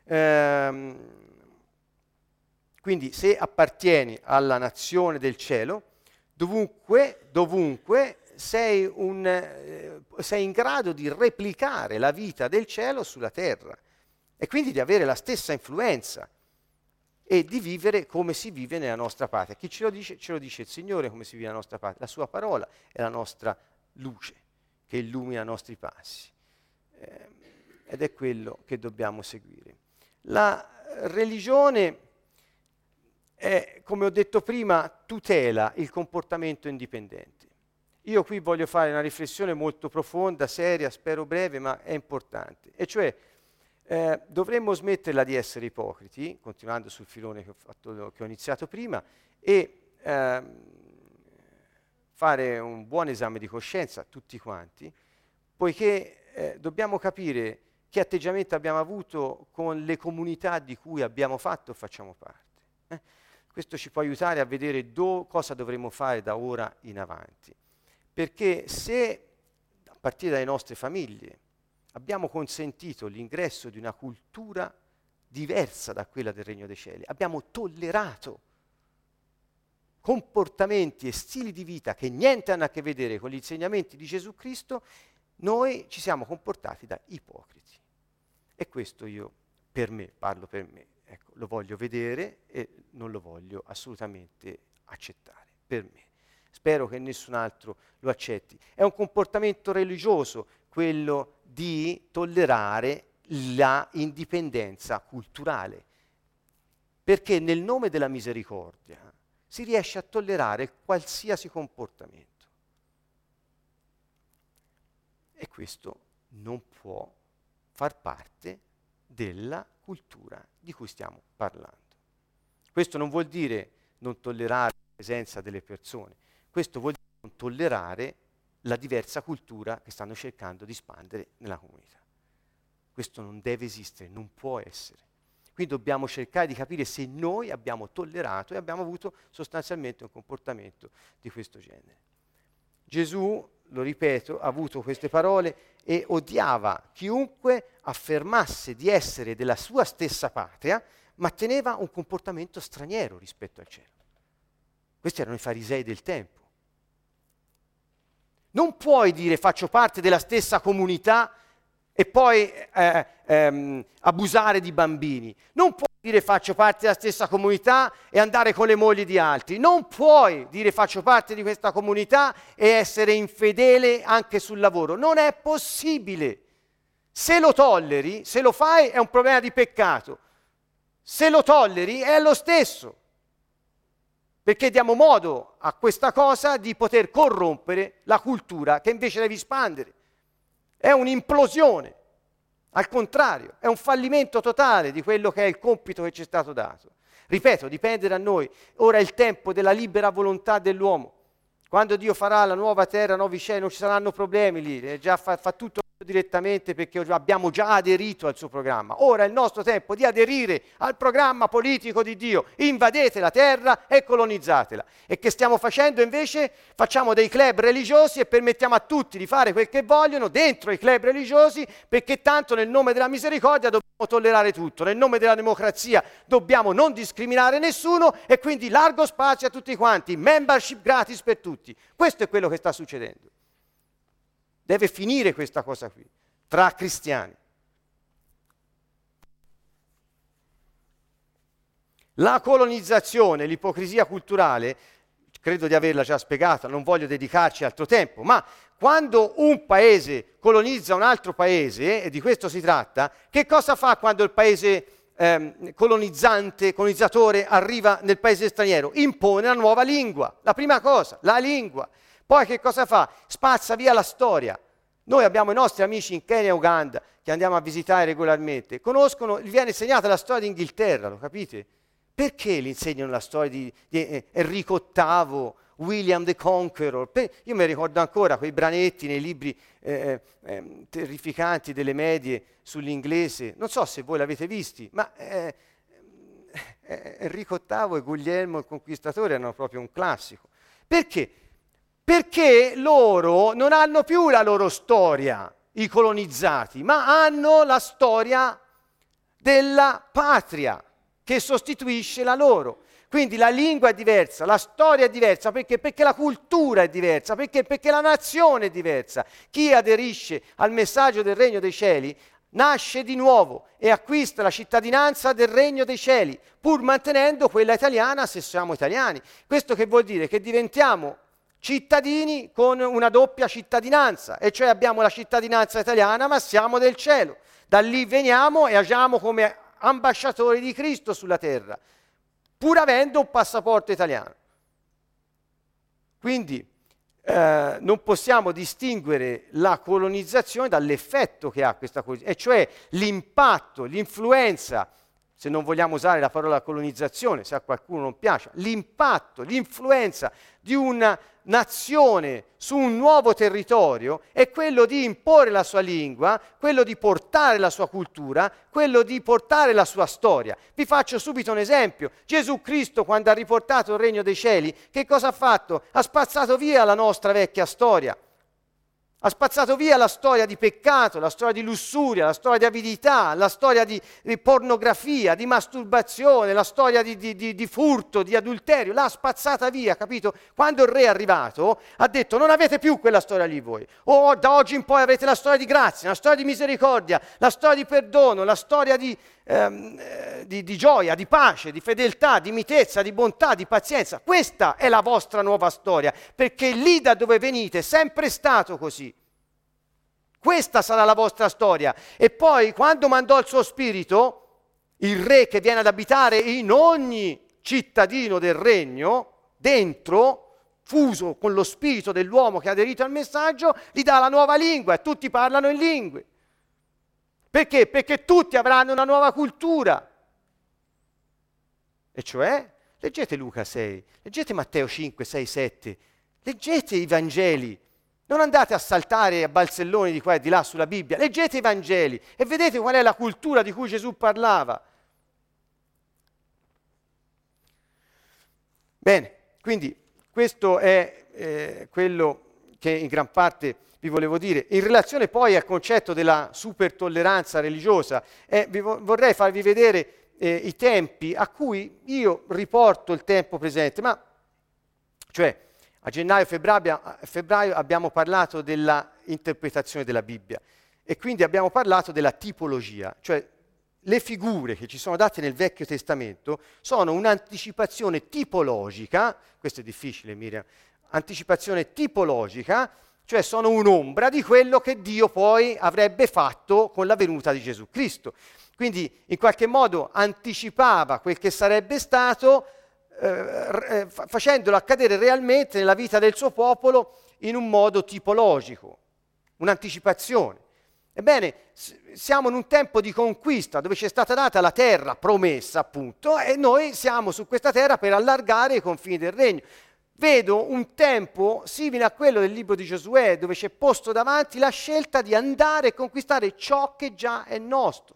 Quindi se appartieni alla nazione del cielo, dovunque sei in grado di replicare la vita del cielo sulla terra e quindi di avere la stessa influenza e di vivere come si vive nella nostra patria. Chi ce lo dice? Ce lo dice il Signore come si vive nella nostra patria. La sua parola è la nostra luce che illumina i nostri passi. Ed è quello che dobbiamo seguire. La religione è, come ho detto prima, tutela il comportamento indipendente. Io qui voglio fare una riflessione molto profonda, seria, spero breve, ma è importante. E cioè, dovremmo smetterla di essere ipocriti, continuando sul filone che ho iniziato prima, e fare un buon esame di coscienza, tutti quanti, poiché dobbiamo capire che atteggiamento abbiamo avuto con le comunità di cui abbiamo fatto o facciamo parte. Questo ci può aiutare a vedere cosa dovremo fare da ora in avanti. Perché se, a partire dalle nostre famiglie, abbiamo consentito l'ingresso di una cultura diversa da quella del Regno dei Cieli, abbiamo tollerato comportamenti e stili di vita che niente hanno a che vedere con gli insegnamenti di Gesù Cristo, noi ci siamo comportati da ipocriti. E questo io, per me, parlo per me, Ecco, lo voglio vedere e non lo voglio assolutamente accettare per me. Spero che nessun altro lo accetti. È un comportamento religioso quello di tollerare la indipendenza culturale, perché nel nome della misericordia si riesce a tollerare qualsiasi comportamento. E questo non può far parte della cultura di cui stiamo parlando. Questo non vuol dire non tollerare la presenza delle persone, questo vuol dire non tollerare la diversa cultura che stanno cercando di espandere nella comunità. Questo non deve esistere, non può essere. Quindi dobbiamo cercare di capire se noi abbiamo tollerato e abbiamo avuto sostanzialmente un comportamento di questo genere. Gesù, lo ripeto, ha avuto queste parole e odiava chiunque affermasse di essere della sua stessa patria, ma teneva un comportamento straniero rispetto al cielo. Questi erano i farisei del tempo. Non puoi dire faccio parte della stessa comunità e poi abusare di bambini. Non puoi dire faccio parte della stessa comunità e andare con le mogli di altri. Non puoi dire faccio parte di questa comunità e essere infedele anche sul lavoro. Non è possibile. Se lo tolleri, se lo fai è un problema di peccato. Se lo tolleri è lo stesso. Perché diamo modo a questa cosa di poter corrompere la cultura che invece devi espandere. È un'implosione, al contrario, è un fallimento totale di quello che è il compito che ci è stato dato. Ripeto, dipende da noi. Ora è il tempo della libera volontà dell'uomo. Quando Dio farà la nuova terra, nuovi cieli, non ci saranno problemi lì, già fa tutto direttamente perché abbiamo già aderito al suo programma. Ora è il nostro tempo di aderire al programma politico di Dio. Invadete la terra e colonizzatela. E che stiamo facendo invece? Facciamo dei club religiosi e permettiamo a tutti di fare quel che vogliono dentro i club religiosi, perché tanto nel nome della misericordia dobbiamo tollerare tutto, nel nome della democrazia dobbiamo non discriminare nessuno e quindi largo spazio a tutti quanti, membership gratis per tutti. Questo è quello che sta succedendo. Deve finire questa cosa qui, tra cristiani. La colonizzazione, l'ipocrisia culturale, credo di averla già spiegata, non voglio dedicarci altro tempo, ma quando un paese colonizza un altro paese, e di questo si tratta, che cosa fa quando il paese colonizzatore arriva nel paese straniero? Impone la nuova lingua, la prima cosa, la lingua. Poi che cosa fa? Spazza via la storia. Noi abbiamo i nostri amici in Kenya e Uganda che andiamo a visitare regolarmente, conoscono, gli viene insegnata la storia d'Inghilterra, lo capite? Perché gli insegnano la storia di Enrico VIII, William the Conqueror? Io mi ricordo ancora quei branetti nei libri terrificanti delle medie sull'inglese, non so se voi l'avete visti, ma Enrico VIII e Guglielmo il Conquistatore erano proprio un classico. Perché? Perché loro non hanno più la loro storia, i colonizzati, ma hanno la storia della patria che sostituisce la loro. Quindi la lingua è diversa, la storia è diversa, perché? Perché la cultura è diversa, perché? Perché la nazione è diversa. Chi aderisce al messaggio del Regno dei Cieli nasce di nuovo e acquista la cittadinanza del Regno dei Cieli, pur mantenendo quella italiana se siamo italiani. Questo che vuol dire? Che diventiamo cittadini con una doppia cittadinanza, e cioè abbiamo la cittadinanza italiana ma siamo del cielo. Da lì veniamo e agiamo come ambasciatori di Cristo sulla terra, pur avendo un passaporto italiano. Quindi non possiamo distinguere la colonizzazione dall'effetto che ha questa colonizzazione, e cioè l'impatto, l'influenza, se non vogliamo usare la parola colonizzazione, se a qualcuno non piace, l'impatto, l'influenza di una nazione su un nuovo territorio è quello di imporre la sua lingua, quello di portare la sua cultura, quello di portare la sua storia. Vi faccio subito un esempio. Gesù Cristo, quando ha riportato il Regno dei Cieli, che cosa ha fatto? Ha spazzato via la nostra vecchia storia. Ha spazzato via la storia di peccato, la storia di lussuria, la storia di avidità, la storia di pornografia, di masturbazione, la storia di furto, di adulterio. L'ha spazzata via, capito? Quando il re è arrivato ha detto non avete più quella storia lì voi. Da oggi in poi avete la storia di grazia, la storia di misericordia, la storia di perdono, la storia di di gioia, di pace, di fedeltà, di mitezza, di bontà, di pazienza. Questa è la vostra nuova storia, perché lì da dove venite è sempre stato così. Questa sarà la vostra storia. E poi, quando mandò il suo spirito, il re che viene ad abitare in ogni cittadino del regno, dentro, fuso con lo spirito dell'uomo che ha aderito al messaggio, gli dà la nuova lingua e tutti parlano in lingue. Perché? Perché tutti avranno una nuova cultura. E cioè, leggete Luca 6, leggete Matteo 5, 6, 7, leggete i Vangeli. Non andate a saltare a balzelloni di qua e di là sulla Bibbia, leggete i Vangeli e vedete qual è la cultura di cui Gesù parlava. Bene, quindi questo è quello che in gran parte vi volevo dire. In relazione poi al concetto della super tolleranza religiosa, vorrei farvi vedere i tempi a cui io riporto il tempo presente, cioè a gennaio-febbraio abbiamo parlato della interpretazione della Bibbia e quindi abbiamo parlato della tipologia, cioè le figure che ci sono date nel Vecchio Testamento sono un'anticipazione tipologica, questo è difficile Miriam, anticipazione tipologica, cioè sono un'ombra di quello che Dio poi avrebbe fatto con la venuta di Gesù Cristo. Quindi in qualche modo anticipava quel che sarebbe stato, facendolo accadere realmente nella vita del suo popolo in un modo tipologico, un'anticipazione. Ebbene, siamo in un tempo di conquista dove ci è stata data la terra promessa, appunto, e noi siamo su questa terra per allargare i confini del regno. Vedo un tempo simile a quello del libro di Giosuè, dove ci è posto davanti la scelta di andare e conquistare ciò che già è nostro.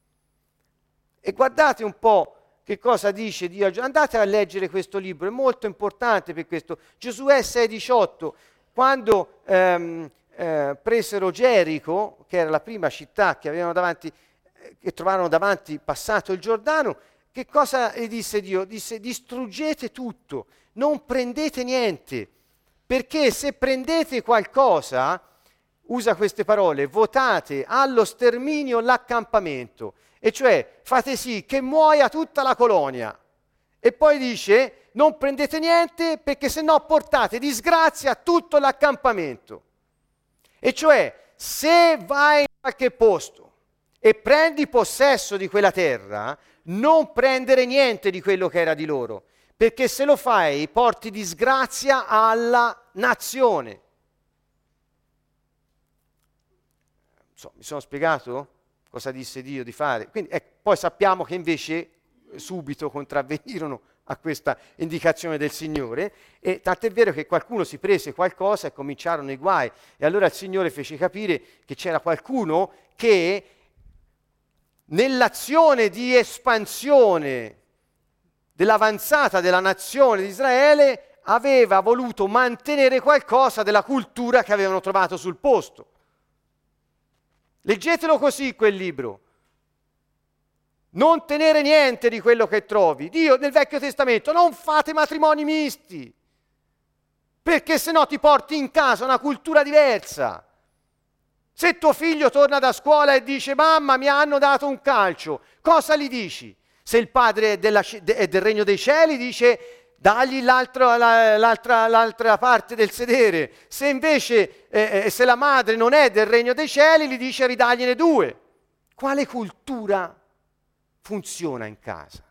E guardate un po' che cosa dice Dio. Andate a leggere questo libro, è molto importante per questo. Giosuè 6,18, quando presero Gerico, che era la prima città che avevano davanti, che trovarono davanti passato il Giordano, che cosa gli disse Dio? Disse: distruggete tutto, non prendete niente, perché se prendete qualcosa, usa queste parole, votate allo sterminio l'accampamento, e cioè fate sì che muoia tutta la colonia. E poi dice: non prendete niente perché sennò portate disgrazia a tutto l'accampamento. E cioè, se vai in qualche posto e prendi possesso di quella terra, non prendere niente di quello che era di loro, perché se lo fai porti disgrazia alla nazione. Mi sono spiegato cosa disse Dio di fare? Quindi, poi sappiamo che invece subito contravvenirono a questa indicazione del Signore, e tant'è vero che qualcuno si prese qualcosa e cominciarono i guai, e allora il Signore fece capire che c'era qualcuno che nell'azione di espansione dell'avanzata della nazione di Israele aveva voluto mantenere qualcosa della cultura che avevano trovato sul posto. Leggetelo così quel libro. Non tenere niente di quello che trovi. Dio nel Vecchio Testamento: non fate matrimoni misti, perché sennò ti porti in casa una cultura diversa. Se tuo figlio torna da scuola e dice: mamma, mi hanno dato un calcio, cosa gli dici? Se il padre è del regno dei cieli, dice: dagli l'altra parte del sedere. Se invece se la madre non è del regno dei cieli, gli dice: ridagliene due. Quale cultura funziona in casa?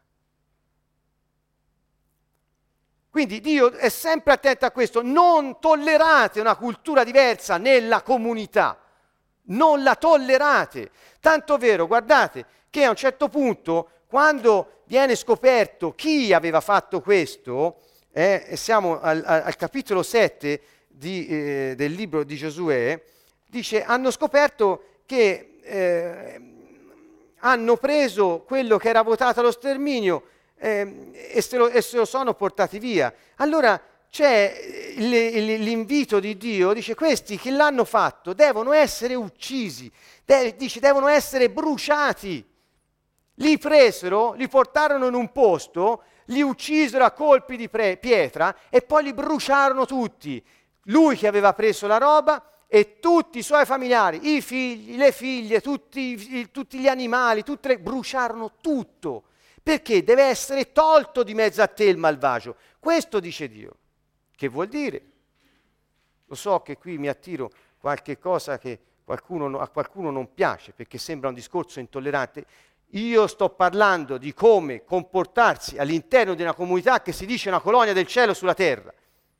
Quindi Dio è sempre attento a questo: non tollerate una cultura diversa nella comunità, non la tollerate. Tanto vero, guardate, che a un certo punto, quando viene scoperto chi aveva fatto questo, siamo al capitolo 7 del libro di Giosuè, dice: hanno scoperto che hanno preso quello che era votato allo sterminio e se lo sono portati via. Allora c'è l'invito di Dio, dice: questi che l'hanno fatto devono essere uccisi, dice devono essere bruciati. Li presero, li portarono in un posto, li uccisero a colpi di pietra e poi li bruciarono tutti. Lui che aveva preso la roba e tutti i suoi familiari, i figli, le figlie, tutti gli animali, bruciarono tutto, perché deve essere tolto di mezzo a te il malvagio. Questo dice Dio. Che vuol dire? Lo so che qui mi attiro qualche cosa che a qualcuno non piace, perché sembra un discorso intollerante. Io sto parlando di come comportarsi all'interno di una comunità che si dice una colonia del cielo sulla terra.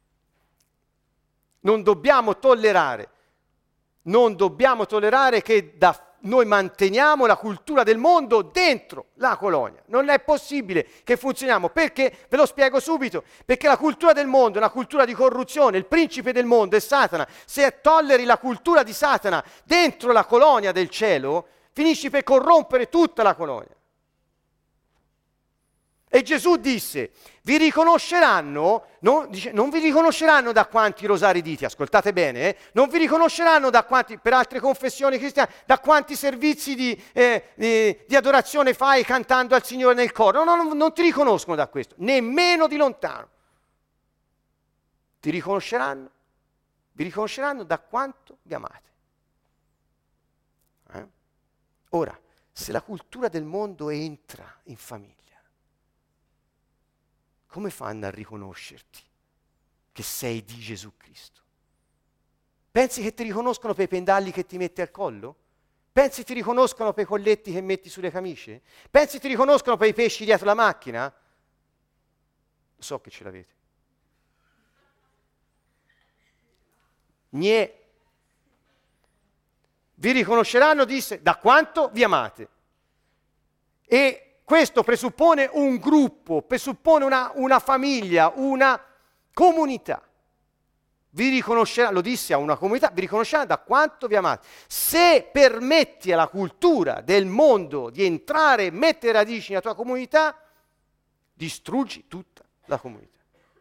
Non dobbiamo tollerare che noi manteniamo la cultura del mondo dentro la colonia. Non è possibile che funzioniamo. Perché? Ve lo spiego subito. Perché la cultura del mondo è una cultura di corruzione. Il principe del mondo è Satana. Se tolleri la cultura di Satana dentro la colonia del cielo, finisci per corrompere tutta la colonia. E Gesù disse, vi riconosceranno, non vi riconosceranno da quanti rosari dite, ascoltate bene, non vi riconosceranno da quanti, per altre confessioni cristiane, da quanti servizi di adorazione fai cantando al Signore nel coro. Non ti riconoscono da questo, nemmeno di lontano. Vi riconosceranno da quanto vi amate. Ora, se la cultura del mondo entra in famiglia, come fanno a riconoscerti che sei di Gesù Cristo? Pensi che ti riconoscono per i pendagli che ti metti al collo? Pensi ti riconoscono per i colletti che metti sulle camicie? Pensi ti riconoscono per i pesci dietro la macchina? Lo so che ce l'avete. Niente. Vi riconosceranno, disse, da quanto vi amate. E questo presuppone un gruppo, presuppone una famiglia, una comunità. Vi riconosceranno, lo disse a una comunità, vi riconosceranno da quanto vi amate. Se permetti alla cultura del mondo di entrare e mettere radici nella tua comunità, distruggi tutta la comunità.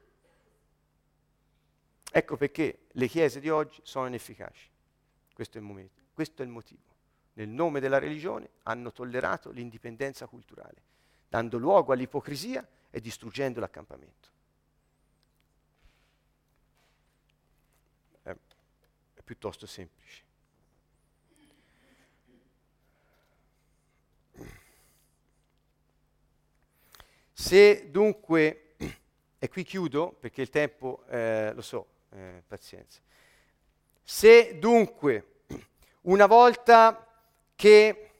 Ecco perché le chiese di oggi sono inefficaci. Questo è il motivo. Nel nome della religione hanno tollerato l'indipendenza culturale, dando luogo all'ipocrisia e distruggendo l'accampamento. È piuttosto semplice. Se dunque, e qui chiudo perché il tempo, lo so, pazienza. Se dunque una volta che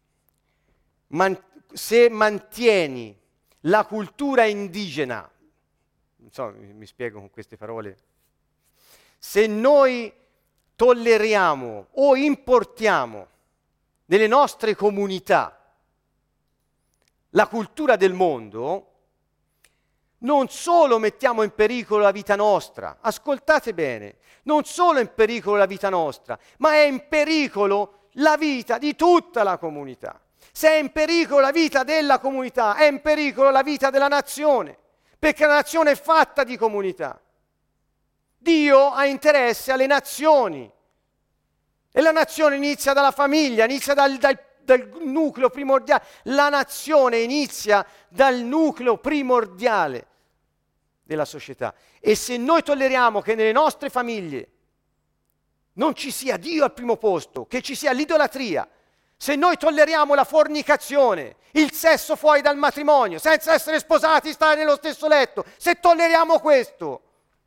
se mantieni la cultura indigena, non so, mi spiego con queste parole, se noi tolleriamo o importiamo nelle nostre comunità la cultura del mondo, non solo mettiamo in pericolo la vita nostra, ascoltate bene, non solo in pericolo la vita nostra, ma è in pericolo la vita di tutta la comunità. Se è in pericolo la vita della comunità, è in pericolo la vita della nazione, perché la nazione è fatta di comunità. Dio ha interesse alle nazioni e la nazione inizia dalla famiglia, inizia dal nucleo primordiale. La nazione inizia dal nucleo primordiale della società. E se noi tolleriamo che nelle nostre famiglie non ci sia Dio al primo posto, che ci sia l'idolatria, se noi tolleriamo la fornicazione, il sesso fuori dal matrimonio, senza essere sposati, stare nello stesso letto, se tolleriamo questo,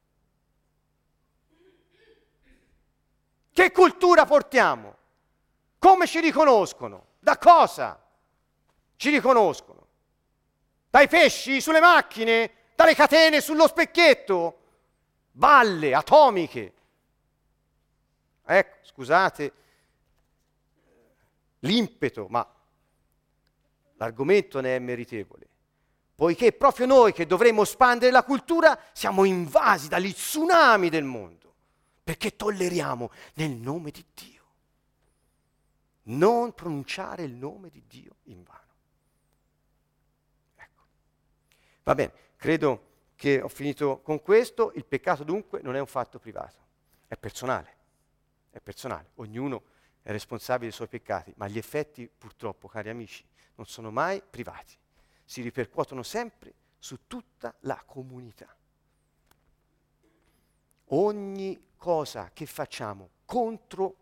che cultura portiamo? Come ci riconoscono? Da cosa ci riconoscono? Dai pesci sulle macchine? Dalle catene sullo specchietto? Balle atomiche. Ecco, scusate l'impeto, ma l'argomento ne è meritevole. Poiché proprio noi che dovremmo espandere la cultura siamo invasi dagli tsunami del mondo, perché tolleriamo nel nome di Dio. Non pronunciare il nome di Dio in vano. Ecco. Va bene, credo che ho finito con questo. Il peccato dunque non è un fatto privato, è personale. È personale, ognuno è responsabile dei suoi peccati, ma gli effetti purtroppo, cari amici, non sono mai privati, si ripercuotono sempre su tutta la comunità. Ogni cosa che facciamo contro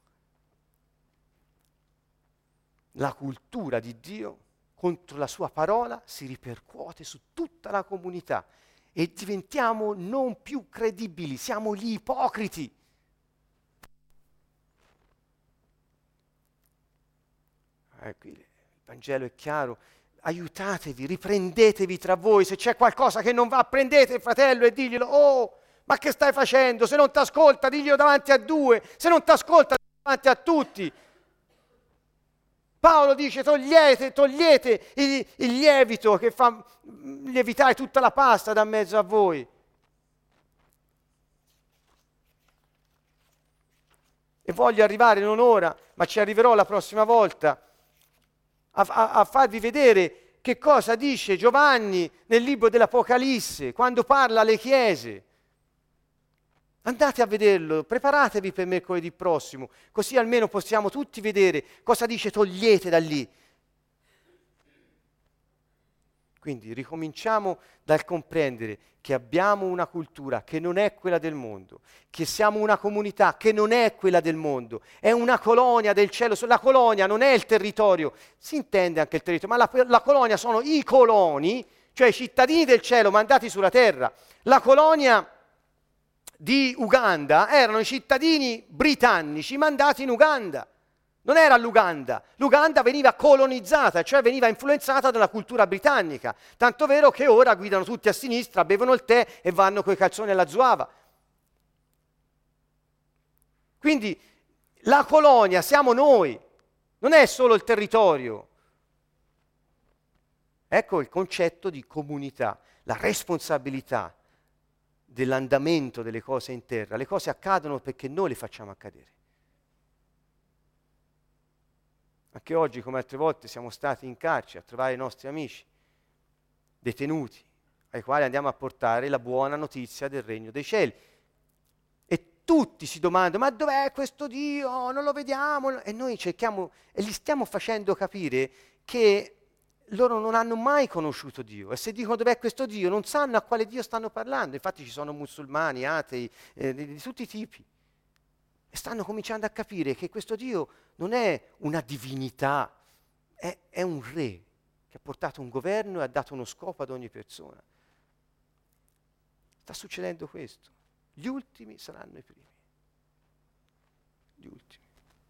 la cultura di Dio, contro la sua parola, si ripercuote su tutta la comunità e diventiamo non più credibili, siamo gli ipocriti. Qui il Vangelo è chiaro, aiutatevi, riprendetevi tra voi, se c'è qualcosa che non va, prendete il fratello e diglielo, oh, ma che stai facendo? Se non ti ascolta, diglielo davanti a due, se non ti ascolta, davanti a tutti. Paolo dice togliete il lievito che fa lievitare tutta la pasta da mezzo a voi. E voglio arrivare non ora, ma ci arriverò la prossima volta a farvi vedere che cosa dice Giovanni nel libro dell'Apocalisse, quando parla alle chiese. Andate a vederlo, preparatevi per mercoledì prossimo, così almeno possiamo tutti vedere cosa dice togliete da lì. Quindi ricominciamo dal comprendere che abbiamo una cultura che non è quella del mondo, che siamo una comunità che non è quella del mondo, è una colonia del cielo. La colonia non è il territorio, si intende anche il territorio, ma la colonia sono i coloni, cioè i cittadini del cielo mandati sulla terra. La colonia di Uganda erano i cittadini britannici mandati in Uganda. Non era l'Uganda. L'Uganda veniva colonizzata, cioè veniva influenzata dalla cultura britannica. Tanto vero che ora guidano tutti a sinistra, bevono il tè e vanno coi calzoni alla zuava. Quindi la colonia siamo noi, non è solo il territorio. Ecco il concetto di comunità, la responsabilità dell'andamento delle cose in terra. Le cose accadono perché noi le facciamo accadere. Anche oggi, come altre volte, siamo stati in carcere a trovare i nostri amici detenuti, ai quali andiamo a portare la buona notizia del regno dei cieli. E tutti si domandano, ma dov'è questo Dio? Non lo vediamo. E noi cerchiamo e gli stiamo facendo capire che loro non hanno mai conosciuto Dio. E se dicono dov'è questo Dio, non sanno a quale Dio stanno parlando. Infatti ci sono musulmani, atei, di tutti i tipi. E stanno cominciando a capire che questo Dio non è una divinità, è un re che ha portato un governo e ha dato uno scopo ad ogni persona. Sta succedendo questo. Gli ultimi saranno i primi. Gli ultimi.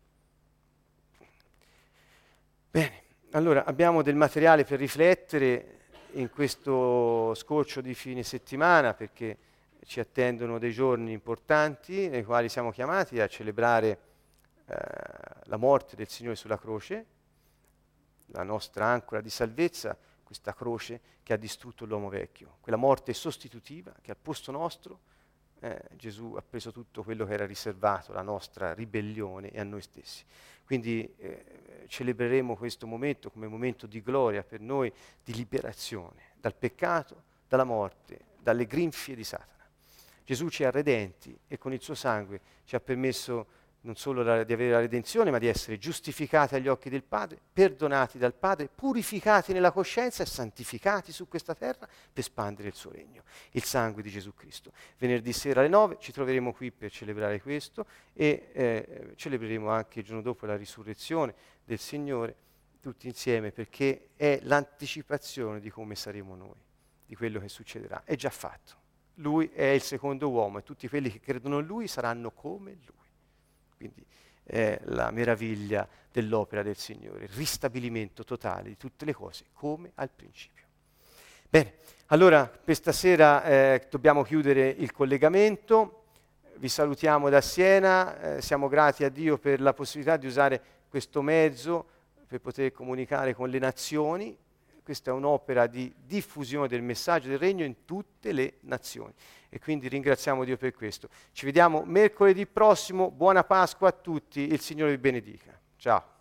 Bene, allora abbiamo del materiale per riflettere in questo scorcio di fine settimana, perché ci attendono dei giorni importanti nei quali siamo chiamati a celebrare la morte del Signore sulla croce, la nostra ancora di salvezza, questa croce che ha distrutto l'uomo vecchio, quella morte sostitutiva che al posto nostro Gesù ha preso tutto quello che era riservato, la nostra ribellione e a noi stessi. Quindi celebreremo questo momento come momento di gloria per noi, di liberazione dal peccato, dalla morte, dalle grinfie di Satana. Gesù ci ha redenti e con il suo sangue ci ha permesso non solo di avere la redenzione, ma di essere giustificati agli occhi del Padre, perdonati dal Padre, purificati nella coscienza e santificati su questa terra per spandere il suo regno, il sangue di Gesù Cristo. Venerdì sera alle 9 ci troveremo qui per celebrare questo e celebreremo anche il giorno dopo la risurrezione del Signore, tutti insieme, perché è l'anticipazione di come saremo noi, di quello che succederà. È già fatto. Lui è il secondo uomo e tutti quelli che credono in Lui saranno come Lui. Quindi è la meraviglia dell'opera del Signore, il ristabilimento totale di tutte le cose come al principio. Bene, allora per stasera dobbiamo chiudere il collegamento. Vi salutiamo da Siena, siamo grati a Dio per la possibilità di usare questo mezzo per poter comunicare con le nazioni. Questa è un'opera di diffusione del messaggio del Regno in tutte le nazioni e quindi ringraziamo Dio per questo. Ci vediamo mercoledì prossimo, buona Pasqua a tutti, il Signore vi benedica. Ciao.